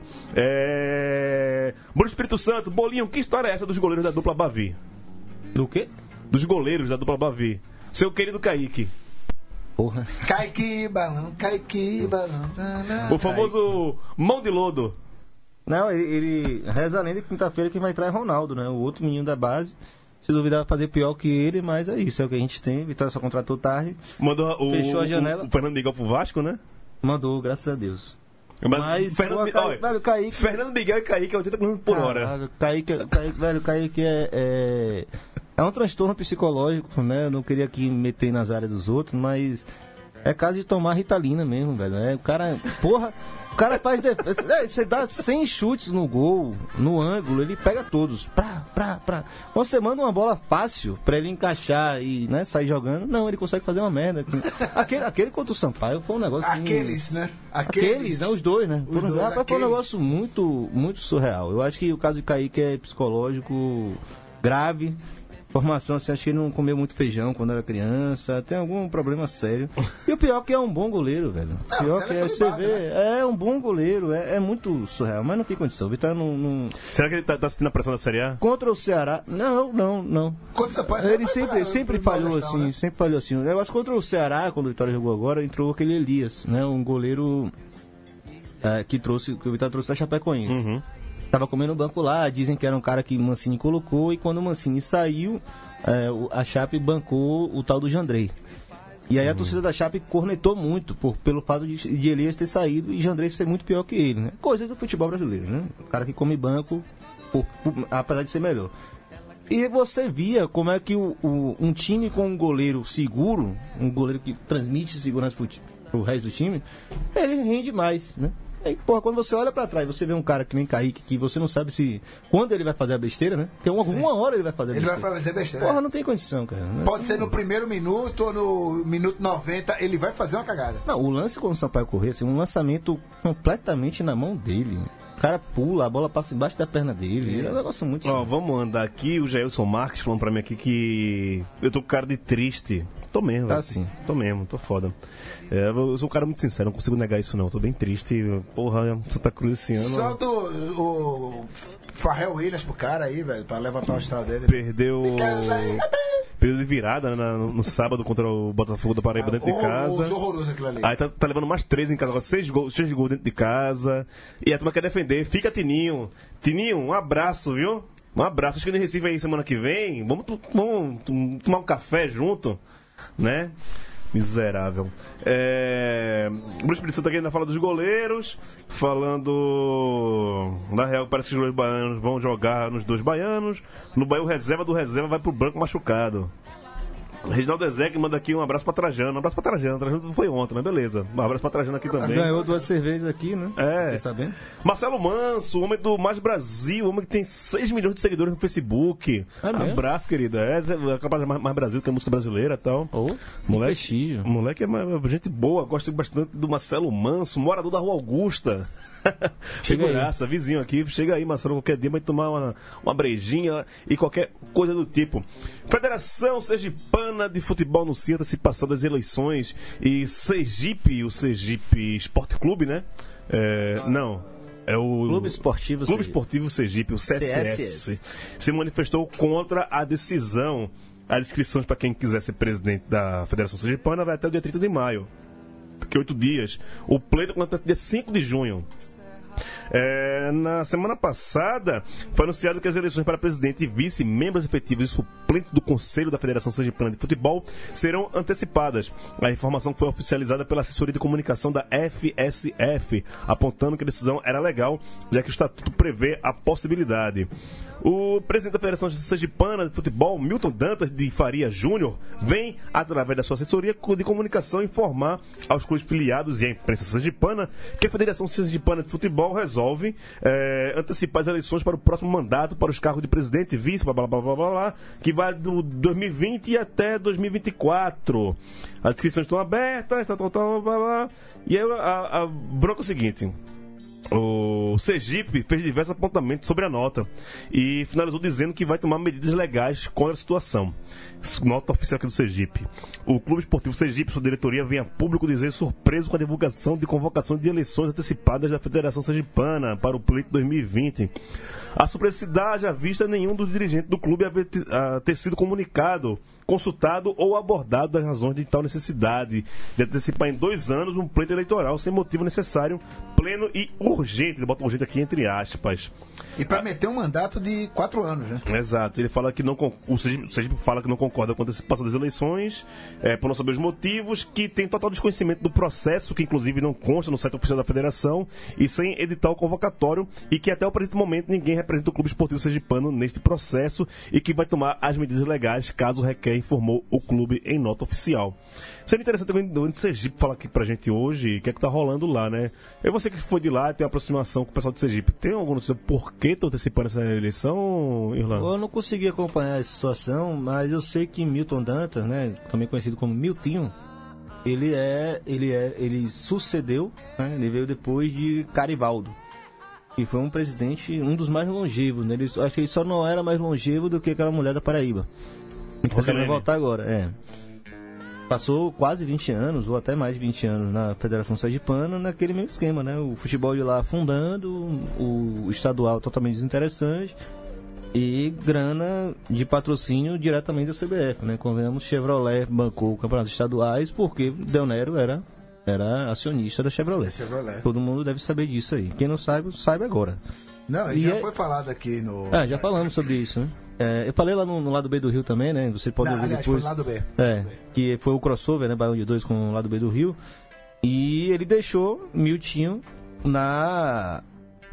É... Bruno Espírito Santo, Bolinho, que história é essa dos goleiros da dupla Bavi? Do quê? Dos goleiros da dupla Bavi. Seu querido Kaique. Porra. Kaique balão, Kaique balão. O famoso mão de lodo. Não, ele, ele reza a lenda que quinta-feira quem vai entrar é Ronaldo, né? O outro menino da base. Se duvidar, vai fazer pior que ele, mas é isso, é o que a gente tem. Vitória só contratou tarde. Mandou o, fechou a janela. O, o Fernando Miguel pro Vasco, né? Mandou, graças a Deus. Mas, mas Fernando, pô, Kaique, velho, Kaique, Fernando Miguel e Kaique é oitenta quilômetros por hora. Caraca, Kaique, Kaique, velho, Kaique é, é, é um transtorno psicológico, né? Eu não queria aqui me meter nas áreas dos outros, mas é caso de tomar Ritalina mesmo, velho. É, o cara, porra, o cara faz defesa. É, você dá cem chutes no gol, no ângulo, ele pega todos. Pra, pra, pra. Quando você manda uma bola fácil pra ele encaixar e, né, sair jogando, não, ele consegue fazer uma merda. Aquele, aquele contra o Sampaio foi um negócio. Aqueles, assim, né? Aqueles, aqueles, né? Os dois, né? Os Foram, dois, rapaz, foi um negócio muito, muito surreal. Eu acho que o caso de Kaique é psicológico grave. Formação, assim, acho que ele não comeu muito feijão quando era criança, tem algum problema sério. E o pior é que é um bom goleiro, velho. O pior que é, você base, vê, né? É um bom goleiro, é, é muito surreal, mas não tem condição. O Vitória não, não... Será que ele tá, tá sentindo a pressão da Série A? Contra o Ceará, não, não, não. Ele sempre, sempre falhou assim, né? sempre falhou assim. O negócio contra o Ceará, quando o Vitória jogou agora, entrou aquele Elias, né? Um goleiro é, que trouxe, que o Vitória trouxe da Chapecoense. Uhum. Tava comendo o banco lá, dizem que era um cara que o Mancini colocou, e quando o Mancini saiu, é, a Chape bancou o tal do Jandrei. E aí a torcida da Chape cornetou muito por, pelo fato de, de Elias ter saído e Jandrei ser muito pior que ele, né? Coisa do futebol brasileiro, né? O cara que come banco, por, por, apesar de ser melhor. E você via como é que o, o, um time com um goleiro seguro, um goleiro que transmite segurança pro, pro resto do time, ele rende mais, né? E, porra, quando você olha pra trás, você vê um cara que nem Kaique, que você não sabe se quando ele vai fazer a besteira, né? Porque uma, uma hora ele vai fazer a ele besteira. Ele vai fazer besteira. Porra, não tem condição, cara. Pode ser no primeiro minuto ou no minuto noventa, ele vai fazer uma cagada. Não, o lance quando o Sampaio correr, assim, um lançamento completamente na mão dele. O cara pula, a bola passa embaixo da perna dele. É, é um negócio muito... Ó, vamos andar aqui, o Jailson Marques falando pra mim aqui que eu tô com cara de triste. Tô mesmo, tá velho. Assim. Tô mesmo, tô foda. É, eu sou um cara muito sincero, não consigo negar isso não. Tô bem triste. Porra, Santa Cruz esse ano. Solta o, o Pharrell Williams pro cara aí, velho, pra levantar o astral dele. Perdeu. Perdeu de virada, né, no, no sábado contra o Botafogo da Paraíba, ah, dentro horroroso, de casa. Horroroso aquilo ali. Aí tá, tá levando mais três em casa, agora seis gols, seis gols dentro de casa. E a turma quer defender. Fica Tininho. Tininho, um abraço, viu? Um abraço. Acho que no Recife aí semana que vem. Vamos, vamos tomar um café junto, né? Miserável. É... Bruno Espírito Santo aqui ainda fala dos goleiros. Falando. Na real, parece que os dois baianos vão jogar nos dois baianos. No Bahia, o reserva do reserva vai pro branco machucado. Reginaldo Ezequiel manda aqui um abraço pra Trajano. Um abraço pra Trajano. Trajano foi ontem, mas beleza. Um abraço pra Trajano aqui também. Ganhou duas cervejas aqui, né? É. Tá sabendo? Marcelo Manso, homem do Mais Brasil, homem que tem seis milhões de seguidores no Facebook. É abraço, querida. É, é capaz de Mais, Mais Brasil, tem música brasileira e tal. Oh, moleque, prestígio. Moleque é uma, gente boa, gosto bastante do Marcelo Manso, morador da Rua Augusta. Figuraça, vizinho aqui. Chega aí, Marcelo, qualquer dia vai tomar uma, uma brejinha e qualquer coisa do tipo. Federação Sergipana de Futebol anuncia a antecipação das eleições e Sergipe, o Sergipe Esporte Clube, né? É, não. É o Clube Esportivo Clube Sergipe. Esportivo Sergipe, o C S S, C S S, se manifestou contra a decisão. As inscrições para quem quiser ser presidente da Federação Sergipana vai até o dia trinta de maio. Daqui a oito dias. O pleito acontece dia cinco de junho. É, na semana passada foi anunciado que as eleições para presidente e vice, membros efetivos e suplentes do Conselho da Federação Sergipana de Futebol serão antecipadas. A informação foi oficializada pela assessoria de comunicação da F S F, apontando que a decisão era legal, já que o estatuto prevê a possibilidade. O presidente da Federação Sergipana de Futebol, Milton Dantas de Faria Júnior, vem, através da sua assessoria de comunicação, informar aos clubes filiados e à imprensa sergipana que a Federação Sergipana de Futebol Futebol resolve é, antecipar as eleições para o próximo mandato, para os cargos de presidente e vice, blá, blá, blá, blá, blá, blá, que vai do dois mil e vinte até dois mil e vinte e quatro. As inscrições estão abertas, tal, tal, tal, blá, blá. E aí a, a bronca é o seguinte: o Sergipe fez diversos apontamentos sobre a nota e finalizou dizendo que vai tomar medidas legais contra a situação. Nota oficial aqui do Sergipe. O Clube Esportivo Sergipe e sua diretoria vem a público dizer surpreso com a divulgação de convocação de eleições antecipadas da Federação Sergipana para o pleito dois mil e vinte. A surpresa se dá haja vista nenhum dos dirigentes do clube haver ter sido comunicado, consultado ou abordado das razões de tal necessidade de antecipar em dois anos um pleito eleitoral sem motivo necessário, pleno e urgente. Ele bota urgente aqui entre aspas. E para meter um mandato de quatro anos, né? Exato. Ele fala que não, o Sergipe fala que não concorda com a antecipação das eleições, é, por não saber os motivos, que tem total desconhecimento do processo, que inclusive não consta no site oficial da federação, e sem edital convocatório, e que até o presente momento ninguém representa o Clube Esportivo Sergipano neste processo, e que vai tomar as medidas legais caso requer, informou o clube em nota oficial. Seria interessante o Sergipe falar aqui pra gente hoje o que é que tá rolando lá, né? Eu você que foi de lá, tem aproximação com o pessoal do Sergipe, tem alguma notícia por que estão antecipando essa eleição, Irlanda? Eu não consegui acompanhar essa situação, mas eu sei que Milton Dantas, né, também conhecido como Miltinho, ele é, ele é, ele sucedeu, né, ele veio depois de Carivaldo, que foi um presidente, um dos mais longevos, né? Ele, acho que ele só não era mais longevo do que aquela mulher da Paraíba. Então vai voltar agora, é. Passou quase vinte anos, ou até mais de vinte anos na Federação Sergipana, naquele mesmo esquema, né? O futebol de lá afundando, o estadual totalmente desinteressante e grana de patrocínio diretamente da C B F, né? Convenhamos, Chevrolet bancou campeonatos estaduais porque Del Nero era, era acionista da Chevrolet. Chevrolet. Todo mundo deve saber disso aí. Quem não sabe, saiba agora. Não, e já é... foi falado aqui no... Ah, já falamos sobre isso, né? É, eu falei lá no, no Lado B do Rio também, né? Você pode Não, ouvir aliás, depois. Foi no Lado B. É, que foi o crossover, né? Baião de dois com o Lado B do Rio. E ele deixou Miltinho na,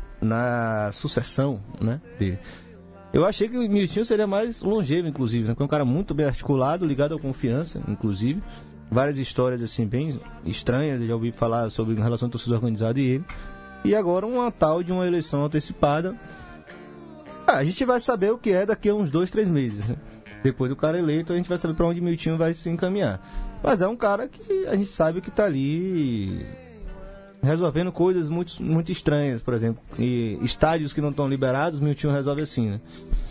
na sucessão, né? Dele. Eu achei que o Miltinho seria mais longevo, inclusive, né? Porque é um cara muito bem articulado, ligado à confiança, inclusive. Várias histórias, assim, bem estranhas. Eu já ouvi falar sobre a relação do torcedor organizado e ele. E agora uma tal de uma eleição antecipada. Ah, a gente vai saber o que é daqui a uns dois, três meses, né? Depois do cara eleito, a gente vai saber para onde Miltinho vai se encaminhar. Mas é um cara que a gente sabe que tá ali resolvendo coisas muito, muito estranhas, por exemplo. E estádios que não estão liberados, Miltinho resolve assim, né?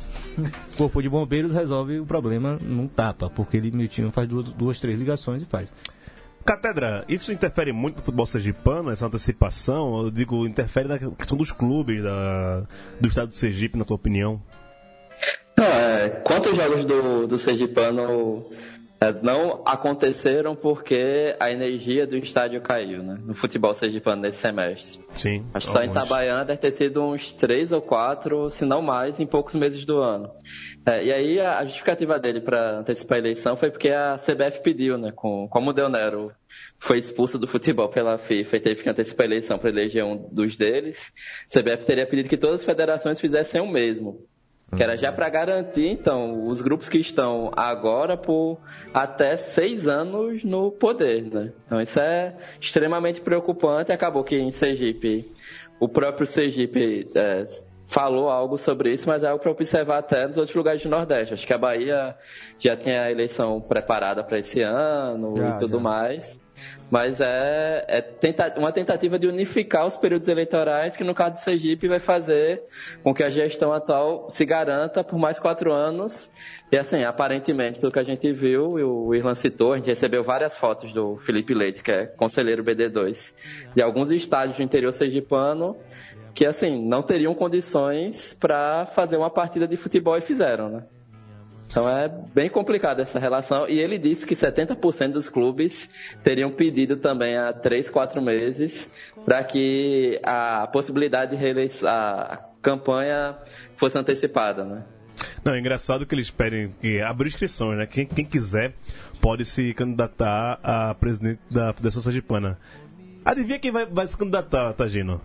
O Corpo de Bombeiros resolve o problema num tapa, porque ele, Miltinho, faz duas, duas, três ligações e faz. Catedra, isso interfere muito no futebol sergipano, essa antecipação? Eu digo, interfere na questão dos clubes da, do estado de Sergipe, na tua opinião? Não, é, quantos jogos do, do sergipano é, não aconteceram porque a energia do estádio caiu, né? No futebol sergipano nesse semestre. Sim. Acho que só em Itabaiana deve ter sido uns três ou quatro, se não mais, em poucos meses do ano. É, e aí a justificativa dele para antecipar a eleição foi porque a C B F pediu, né? Com, como o Del Nero foi expulso do futebol pela FIFA e teve que antecipar a eleição para eleger um dos deles, a C B F teria pedido que todas as federações fizessem o mesmo. Que era já para garantir, então, os grupos que estão agora por até seis anos no poder, né? Então isso é extremamente preocupante. Acabou que em Sergipe, o próprio Sergipe é, falou algo sobre isso, mas é algo para observar até nos outros lugares do Nordeste. Acho que a Bahia já tinha a eleição preparada para esse ano já, e tudo já. mais. Mas é, é tenta, uma tentativa de unificar os períodos eleitorais que, no caso do Sergipe, vai fazer com que a gestão atual se garanta por mais quatro anos. E assim, aparentemente, pelo que a gente viu, e o Irlan citou, a gente recebeu várias fotos do Felipe Leite, que é conselheiro B D dois, de alguns estádios do interior sergipano que, assim, não teriam condições para fazer uma partida de futebol e fizeram, né? Então é bem complicada essa relação. E ele disse que setenta por cento dos clubes teriam pedido também há três, quatro meses para que a possibilidade de reeleição, a campanha fosse antecipada, né? Não, é engraçado que eles pedem que abrir inscrições, né? Quem, quem quiser pode se candidatar a presidente da Federação Sergipana. Adivinha quem vai, vai se candidatar, Tagino?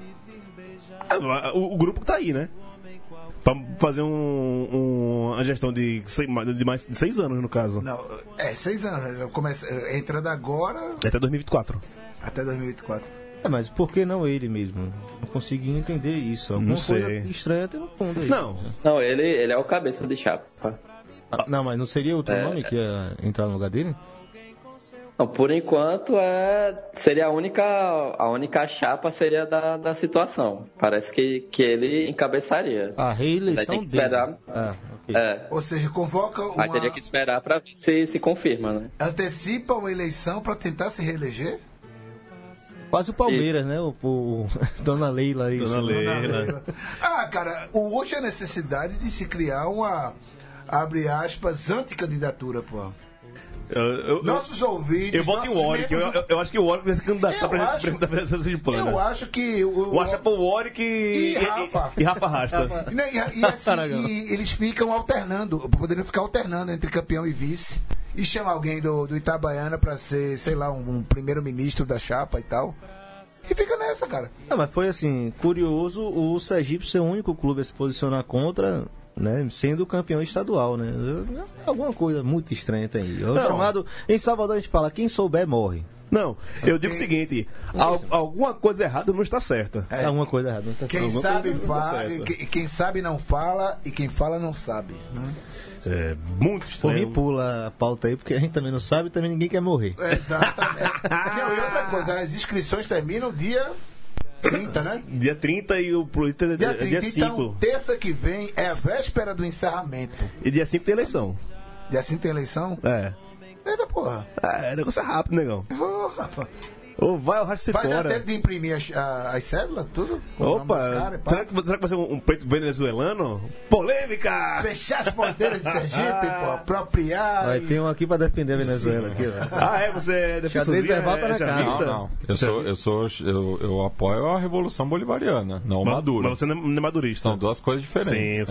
O, o grupo que tá aí, né? Pra fazer um, um, uma gestão de, seis, de mais de seis anos, no caso. Não, é, seis anos. Começa, entrando agora... Até dois mil e vinte e quatro. Até dois mil e vinte e quatro. É, mas por que não ele mesmo? Não consegui entender isso. Alguma Não sei. coisa estranha tem no fundo aí. Não. Não, ele, ele é o cabeça de chapa. Ah, não, mas não seria outro É. nome que ia entrar no lugar dele? Não, por enquanto é seria a única a única chapa seria da, da situação. Parece que, que ele encabeçaria. A reeleição Daí tem que dele. esperar. Ah, ok. É. Ou seja, convoca uma... Aí teria que esperar pra ver se se confirma, né? Antecipa uma eleição pra tentar se reeleger? Quase o Palmeiras, né? O, o Dona Leila aí. Dona Leila. Ah, cara, hoje a necessidade de se criar uma, abre aspas, anticandidatura, pô. Eu, eu, Nossos ouvintes... eu voto em nossos Warwick. Eu, membros- eu, eu acho que o Warwick deve se candidatar Eu pra acho- presidente da Federação de Plana. Eu acho que... O, O acha pro Warwick e, E Rafa. e, e Rafa Rasta. E, né, e- e assim, e eles ficam alternando, poderiam ficar alternando entre campeão e vice. E chamar alguém do, do Itabaiana pra ser, sei lá, um, um primeiro-ministro da chapa e tal. E fica nessa, cara. Não, mas foi assim, curioso o Sergipe ser o único clube a se posicionar contra, né, sendo campeão estadual, né? Alguma coisa muito estranha tem aí. O Não. chamado, em Salvador a gente fala, quem souber morre. Não, eu digo o seguinte: al- alguma coisa errada não está certa. É alguma coisa errada. Não tá Quem certo. sabe coisa não tá fala, certa. quem, quem sabe não fala e quem fala não sabe. Né? É muito Por mim, estranho. pula a pauta aí, porque a gente também não sabe e também ninguém quer morrer. Exatamente. Não, e outra coisa, as inscrições terminam dia trinta, né? Dia trinta e o político é Dia dia, trinta. dia Então, cinco. terça que vem é a véspera do encerramento. E dia cinco tem eleição. Dia cinco tem eleição? É. Eita porra. É, o negócio é rápido, negão. Oh, rapaz. Ou vai ou racha-se Vai dar fora. tempo de imprimir as, a- as cédulas, tudo? Com o nome dos caras Opa, e pá? será que, será que vai ser um, um preto venezuelano? Polêmica! Fechar as fronteiras de Sergipe, pô, apropriar. Vai e- ter um aqui pra defender a Venezuela. Aqui, ó. Ah, é? Você é Xadrez defensorzinho? verbal tá na cara. Não, chavista? não. Eu sou, eu sou, eu, eu apoio a Revolução Bolivariana, não o Mas, Maduro. mas você não é- não é madurista. São duas coisas Sim, diferentes. sim,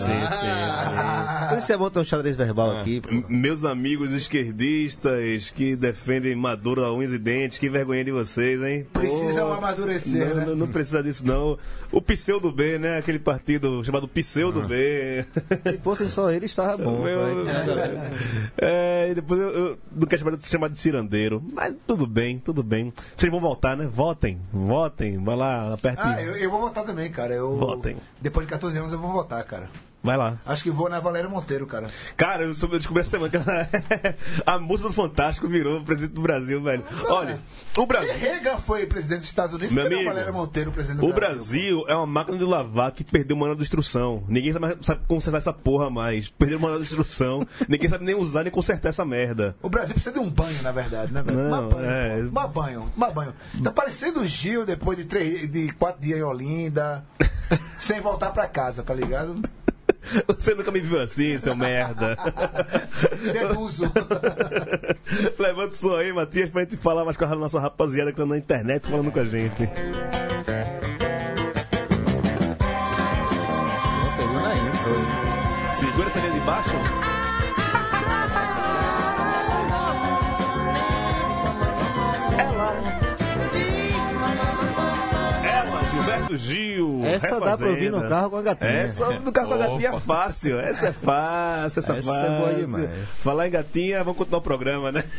sim, Por isso que é bom ter um xadrez verbal É. aqui. pô. sim. Meus amigos esquerdistas que defendem Maduro a unhas e dentes, que vergonha de vocês, hein? Precisam Pô, amadurecer, não, né? não, não precisa disso, não. O Pseudo B, né? Aquele partido chamado Pseudo B. Se fosse só ele, estava bom. Meu- vai. É, e depois eu, eu não quero chamar de, chamar de cirandeiro. Mas tudo bem, tudo bem. Vocês vão votar, né? Votem, votem. Vai lá, aperte. Ah, eu, eu vou votar também, cara. Eu, Votem. Depois de catorze anos eu vou votar, cara. Vai lá. Acho que vou na Valéria Monteiro, cara. Cara, eu, soube- eu descobri essa semana que ela- a música do Fantástico virou presidente do Brasil, velho. Olha, o Se Brasil. Reagan foi presidente dos Estados Unidos, Meu por que não amigo, Valéria Monteiro presidente do O Brasil? Brasil é uma máquina de lavar que perdeu o manual de instrução. Ninguém sabe, mais- sabe consertar essa porra mais. Perdeu o manual de instrução. Ninguém sabe nem usar nem consertar essa merda. O Brasil precisa de um banho, na verdade, né, velho? Não, Uma banho, é. pô. Uma banho, uma banho. Tá parecendo o Gil depois de, três, de quatro dias em Olinda, sem voltar pra casa, tá ligado? Você nunca me viu assim, seu merda. Deduzo. Levanta o som aí, Matias, pra gente falar mais com a nossa rapaziada que tá na internet falando com a gente. Pegou na intro. hein? Segura essa linha de baixo. Ela, Gilberto Gil. Essa dá pra ouvir no Refazenda. carro com a gatinha. Essa no carro com a gatinha é fácil. Essa é fácil, essa, Essa é fácil. é boa demais. Falar em gatinha, vamos continuar o programa, né?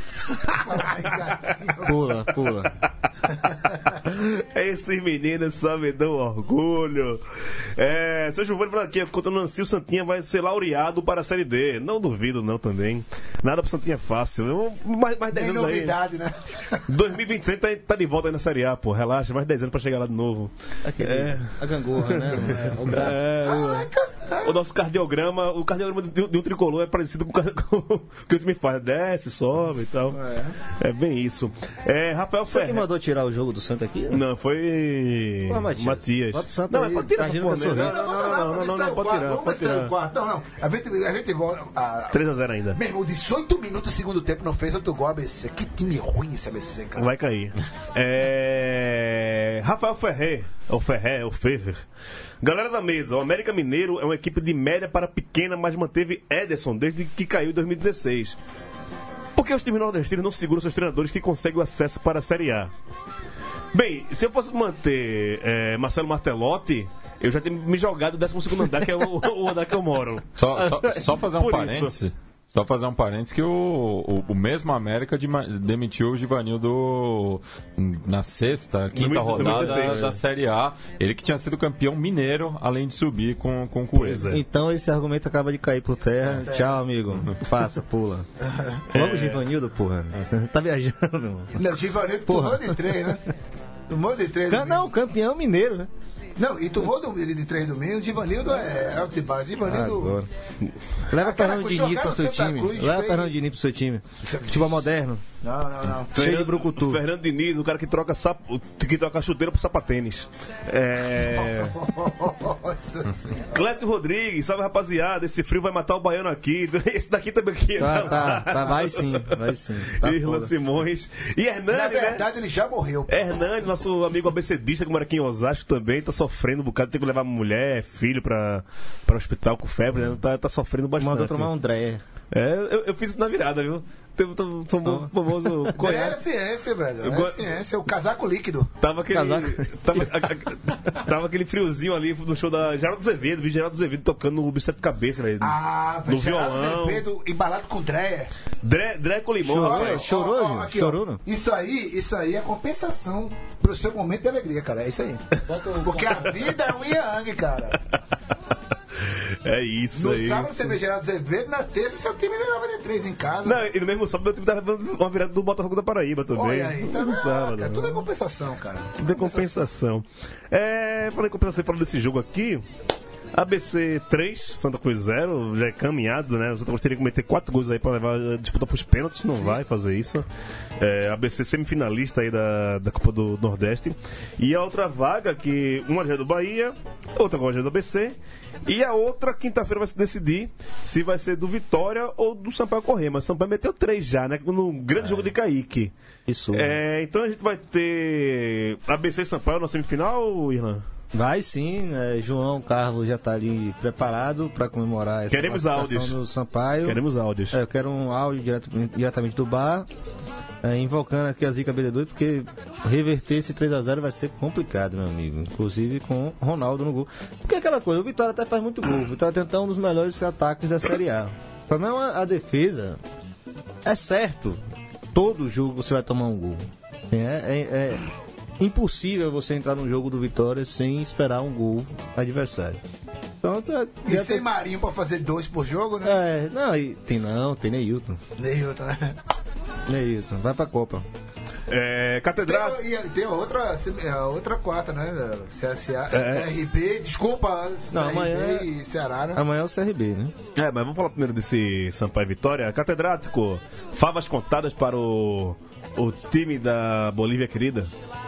Pula, pula. Esses meninos só me dão orgulho. É, seu Giovanni Branquinha, contra o Nancy, o Santinha vai ser laureado para a Série D. Não duvido, não, também. Nada pro Santinha é fácil. Eu- Mais, mais dez Nem anos aí. novidade, né? dois mil e vinte e seis tá, tá de volta aí na Série A, pô. Relaxa, mais dez anos pra chegar lá de novo. Aquele, É. A gangorra, né? O braço. É, o, o nosso cardiograma, o cardiograma de, de um tricolor é parecido com, o car- com o que o time faz. Desce, sobe e tal. É, bem isso. É, Rafael Você que Ferreira. mandou tirar o jogo do Santa aqui? Não, foi. Pô, Matias, Matias. bota o Santa não, aí, mas pode tirar tá essa agindo porra com mesmo. sorriso. Não, não, não, não, não, não, pode tirar. Vamos Pode ver se sai o tirar. quarto. Não, não. A gente, a gente volta. a- três a zero ainda. Meu irmão, dezoito minutos do segundo tempo não fez outro gol A B C. Que time ruim esse A B C, cara. Vai cair. É... Rafael Ferrer. O Ferrer, o Ferrer. Galera da mesa, o América Mineiro é uma equipe de média para pequena, mas manteve Ederson desde que caiu em dois mil e dezesseis. Por que os times nordestinos não seguram seus treinadores que conseguem o acesso para a Série A? Bem, se eu fosse manter é, Marcelo Martelotti, eu já tinha me jogado do décimo segundo andar, que é o, o andar que eu moro. Só, só, só fazer um Por parêntese. Só fazer um parênteses que o, o, o mesmo América de, demitiu o Givanildo na sexta, quinta rodada da, da Série A. Ele que tinha sido campeão mineiro, além de subir com, com o Coelho. Então esse argumento acaba de cair por terra. É. Tchau, amigo. Passa, pula. Logo o Givanildo, porra. Você tá viajando, meu irmão. Não, o Givanildo tomou de três, né? Tomou de três. Can, não, campeão mineiro, né? Não, e tomou de, de três domingo, o Givanildo é alto e baixo. Givanildo. Leva Fernando Diniz pro seu time. Cruz, Leva Fernando Diniz pro seu time. Futebol moderno. Não, não, não. Cheio de brucutu. Fernando Diniz, o cara que troca, sap... que troca chuteira pro sapatênis. É. Clécio Rodrigues, salve rapaziada. Esse frio vai matar o baiano aqui. Esse daqui também aqui. Tá, tá, tá, vai sim, vai sim. Tá Irlan Simões. E Hernani, na verdade, né? ele já morreu. Hernani, nosso amigo abecedista, que mora aqui em Osasco também, tá sofrendo um bocado. Tem que levar mulher, filho pra, pra hospital com febre, né? Tá, tá sofrendo bastante. Mandou tomar um Dré. É, eu, eu fiz isso na virada, viu? Teve o famoso, famoso é ciência, velho. É go... ciência, é o casaco líquido. Tava aquele, tava, a, a, tava aquele friozinho ali no show da Geraldo Azevedo, vi Geraldo Azevedo tocando o bicho de cabeça, velho. Ah, no Geraldo violão. Azevedo embalado com Dreia. Dré, Dré com limão. Chorou, ó, chorou, ó, ó, aqui, chorou não? Isso aí, isso aí é compensação pro seu momento de alegria, cara. É isso aí. Porque a vida é um yang, cara. É isso no aí. No sábado você vê Geraldo Azevedo, na terça seu time levava de três em casa. Não, e no mesmo sábado meu time tava levando uma virada do Botafogo da Paraíba também. Olha aí, tá no sábado. Cara, tudo é compensação, cara. Tudo é compensação. É, falando em compensação, falando desse jogo aqui, A B C três, Santa Cruz zero, já é caminhado, né? O Santa Cruz teria que meter quatro gols aí pra levar a disputa pros pênaltis, não Sim. vai fazer isso. É, A B C semifinalista aí da, da Copa do Nordeste. E a outra vaga, que uma já é do Bahia, outra agora já é do A B C. E a outra, quinta-feira, vai se decidir se vai ser do Vitória ou do Sampaio Corrêa. Mas o Sampaio meteu três já, né? No grande é. jogo de Kaique. Isso. É, então a gente vai ter A B C e Sampaio na semifinal, Irlan? Vai sim, né? João Carlos já está ali preparado para comemorar essa Queremos áudios do Sampaio. Queremos áudios. É, eu quero um áudio direto, diretamente do bar, é, invocando aqui a Zica B D dois, porque reverter esse três a zero vai ser complicado, meu amigo. Inclusive com Ronaldo no gol. Porque é aquela coisa, o Vitória até faz muito gol. O Vitória tenta um dos melhores ataques da Série A. O problema é a defesa. É certo, todo jogo você vai tomar um gol. Assim, é... é, é... impossível você entrar no jogo do Vitória sem esperar um gol adversário. Então, você e sem tem... Marinho pra fazer dois por jogo, né? É, não, e tem não, tem Neilton. Neilton, né? Neilton, vai pra Copa. É, Catedral. Tem, tem outra, outra quarta, né? C S A, é. C R B, desculpa, não, C R B amanhã, e Ceará, né? Amanhã é o C R B, né? É, mas vamos falar primeiro desse Sampaio Vitória. Catedrático, favas contadas para o, o time da Bolívia querida.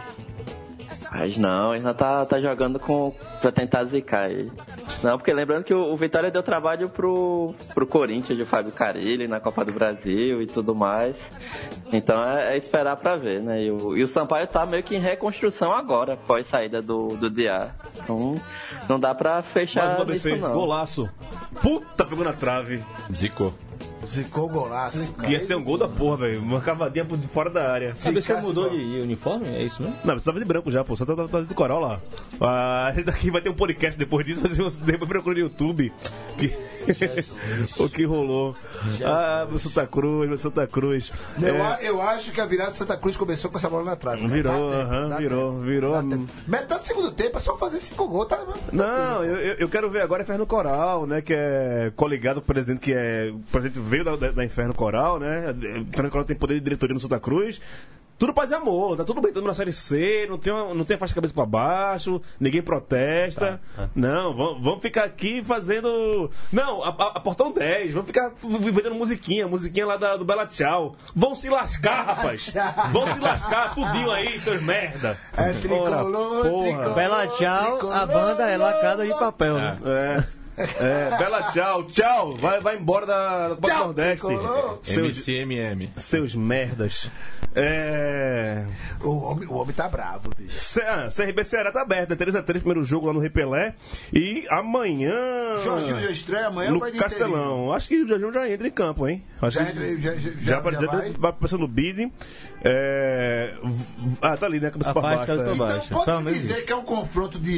Mas não, ainda tá, tá jogando com, pra tentar zicar aí. Não, porque lembrando que o, o Vitória deu trabalho pro, pro Corinthians de Fábio Carille na Copa do Brasil e tudo mais. Então é, é esperar pra ver, né? E o, e o Sampaio tá meio que em reconstrução agora, após saída do, do D A. Então não dá pra fechar isso não. Golaço. Puta, pegou na trave. Zicou. Zicou o golaço. Que ia ser um gol da porra, velho. Uma cavadinha por fora da área. Sabe se você mudou de uniforme? É isso mesmo? Não, você tava de branco já, pô. Você tá, tá, tá de coral lá. Ah, a gente daqui vai ter um podcast depois disso. Depois procura no YouTube. Que... o que rolou. Jesus. Ah, meu Santa Cruz, meu Santa Cruz. Eu, é... eu acho que a virada de Santa Cruz começou com essa bola na trave. Virou, aham, uh-huh, virou, virou. Metade do segundo tempo é só fazer cinco gols, tá? Não, eu, eu quero ver agora Inferno Coral, né? Que é coligado com o presidente, que é. O presidente veio da, da, da Inferno Coral, né? Inferno Coral tem poder de diretoria no Santa Cruz. Tudo paz e amor, tá tudo bem, estamos na Série C, não tem, uma, não tem a faixa de cabeça pra baixo, ninguém protesta. Tá, tá. Não, vamos, vamos ficar aqui fazendo. Não, a, a, a Portão dez, vamos ficar vendendo musiquinha, musiquinha lá da, do Bela Tchau. Vão se lascar, rapaz! Vão se lascar, tudinho aí, seus merda! É tricolor, tricolor. Bela Tchau, tricolor, a banda é lacada de papel, né? É. É, Bela Tchau, tchau, vai, vai embora da, da Copa do Nordeste. Seus, M C M M. Seus merdas. É... O homem, o homem tá bravo, bicho. C- ah, C R B Ceará tá aberto, né? três a três, primeiro jogo lá no Repelé. E amanhã. Jorginho já estreia amanhã no vai de Castelão. inteirinho. Acho que o Jorginho já entra em campo, hein? Acho já, que entra, já, já, já, já, já vai. vai passando no bid. É... Ah, tá ali, né? Cabeça a pra baixo, baixo. cabeça pra É. baixo. Então, pode-se Pelo dizer isso. que é um confronto de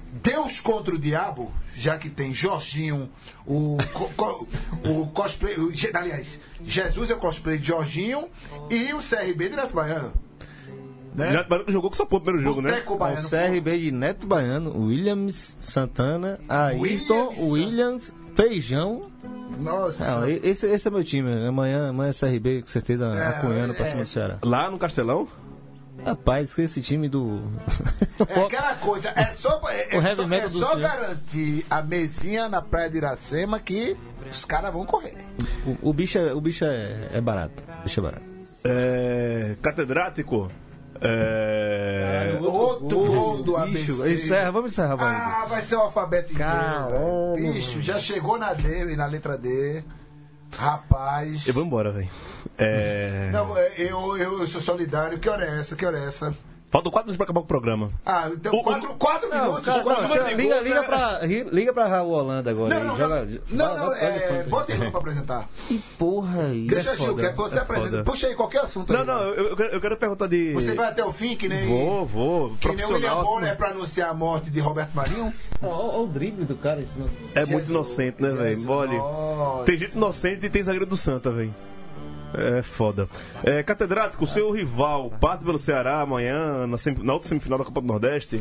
Deus contra o Diabo, já que tem Jorginho, o, co, co, o cosplay. O, aliás, Jesus é o cosplay de Jorginho e o C R B de Neto Baiano. Né? Neto Baiano jogou com só o primeiro jogo, né? Baiano, o C R B de Neto Baiano, Williams Santana, Ayrton, Williams, Williams Feijão. Nossa. Não, esse, esse é meu time. Amanhã, amanhã é C R B, com certeza, é, acunhando pra cima é. do Ceará. Lá no Castelão? Rapaz, com esse time do. É aquela coisa, é só, é, é só, é só do garantir a mesinha na praia de Iracema que os caras vão correr. O, o bicho, é, o bicho é, é barato. O bicho é barato. É, catedrático. É... Ah, outro gol do A B C. Encerra, vamos encerrar, vai. Ah, vai ser o alfabeto inteiro. Bicho, já chegou na D, na letra D. Rapaz. Eu vou embora, velho. É... Não, eu, eu, eu sou solidário. Que hora é essa? Que hora é essa? Faltam quatro minutos pra acabar o programa. Ah, então o, quatro, quatro não, minutos. Cara, quatro não, minutos liga, gol, liga, né? pra, liga pra Raul Holanda agora. Não, não, joga, não, não, vai, é, vai, bota ele pra apresentar. Que porra aí. Deixa é Gil, foda, que você é apresenta. foda. Puxa aí qualquer assunto. Não, aí, não, eu, eu, quero, eu quero perguntar de. Você vai até o fim, que nem. Vou, vou. Que nem o William Profissional. Bonner Assim, pra anunciar a morte de Roberto Marinho. Olha o drible do cara em cima. é Jesus, muito inocente, né, velho? Olha. Nossa. Tem gente inocente e tem zagueiro do Santa, velho. É foda. É, catedrático, o seu rival passa pelo Ceará amanhã, na, sem, na outra semifinal da Copa do Nordeste?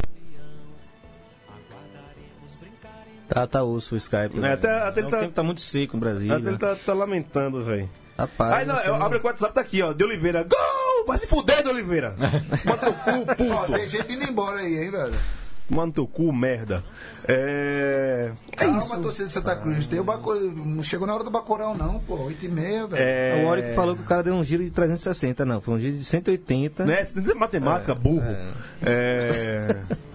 Tá, tá osso o Skype. É, até, até é, ele o tá, tempo tá muito seco em Brasília. até ele tá, tá lamentando, velho. Rapaz. Aí não, eu não... abro o WhatsApp, tá aqui, ó. De Oliveira. Gol! Vai se fuder, de Oliveira! Manda teu cu, Ó, puto! tem gente indo embora aí, hein, velho? Manda teu cu, merda. É. É Calma, isso. torcida de Santa Cruz. Tem o Bacurau. Não chegou na hora do Bacurau, não, pô. oito e meia, velho. É. O Warwick falou que o cara deu um giro de trezentos e sessenta, não. Foi um giro de cento e oitenta. Né? Você tem matemática, burro. É.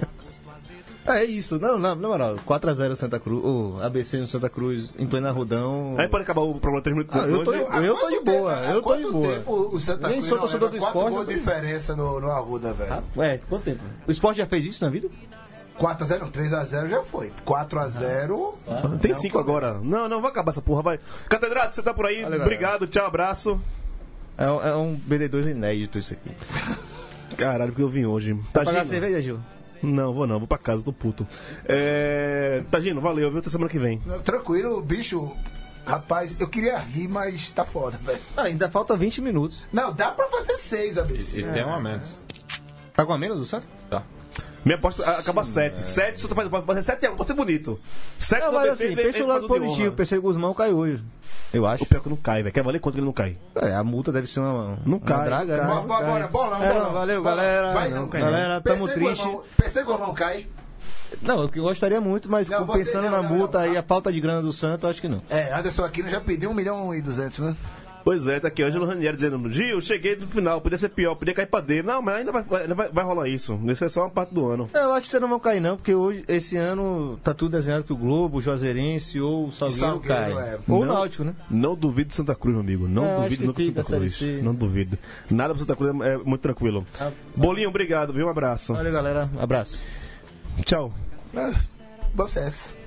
É, é isso. Não, não, na moral. quatro a zero Santa Cruz. O A B C no Santa Cruz em plena Rodão. Aí pode acabar o programa três minutos Ah, eu tô, hoje. eu, eu tô de boa. Eu tô de boa. Tempo o Santa Nem Cruz sou não torcedor leva do quatro esporte, gols de eu tô- diferença no, no Arruda, velho. Ah, ué, quanto tempo? O esporte já fez isso na vida? quatro a zero, não, três a zero já foi. quatro a zero. Ah, tem cinco agora. Não, não, vai acabar essa porra, vai. Catedrático, você tá por aí. Valeu, Obrigado, tchau, abraço. É, um- é um B D dois inédito isso aqui. Caralho, porque eu vim hoje. Tá, Vai pagar Gino? cerveja, Gil? Não, vou não, vou pra casa, tô puto. É. Tagino, valeu, viu? Até semana que vem. Não, tranquilo, bicho. Rapaz, eu queria rir, mas tá foda, velho. Ah, ainda falta vinte minutos. Não, dá pra fazer seis, A B E, C. e tem um a menos. Tá com a menos do Santos? Tá. Minha aposta acaba sete. Sete, se tu faz, pode fazer sete a um, pode ser bonito. Sete Não, do mas A B C, assim, ele- pensa ele o lado faz o de positivo. honra. P C Guzmão cai hoje. Eu acho. O pior é que não cai, velho. Quer valer quanto que ele não cai? É, a multa deve ser uma, Não uma cai, draga, não né? cai. Bora, bora, bolão, É, bolão. valeu, Bolão. galera. Vai, Não, não, galera, tamo P C triste. Guzmão- P C Guzmão cai. Não, eu gostaria muito, mas Não, você pensando não, na não, multa não. e a falta de grana do Santos, acho que não. É, Anderson Aquino já pediu um milhão e duzentos, né? Pois é, tá aqui, Ângelo Ranieri dizendo, Gil, cheguei do final, podia ser pior, podia cair pra D. Não, mas ainda vai, ainda vai, vai rolar isso. Isso é só uma parte do ano. Eu acho que vocês não vão cair, não, porque hoje, esse ano, tá tudo desenhado que o Globo, o Juazeirense ou o Salgueiro, Salgueiro, cai. é. Ou o Não- Náutico, né? Não duvido de Santa Cruz, meu amigo. Não É, acho duvido que nunca de fica Santa a Cruz. Série C. Não duvido. Nada pra Santa Cruz é muito tranquilo. Ah. Bolinho, obrigado, viu? Um abraço. Valeu, galera. Abraço. Tchau. Ah, bom sucesso.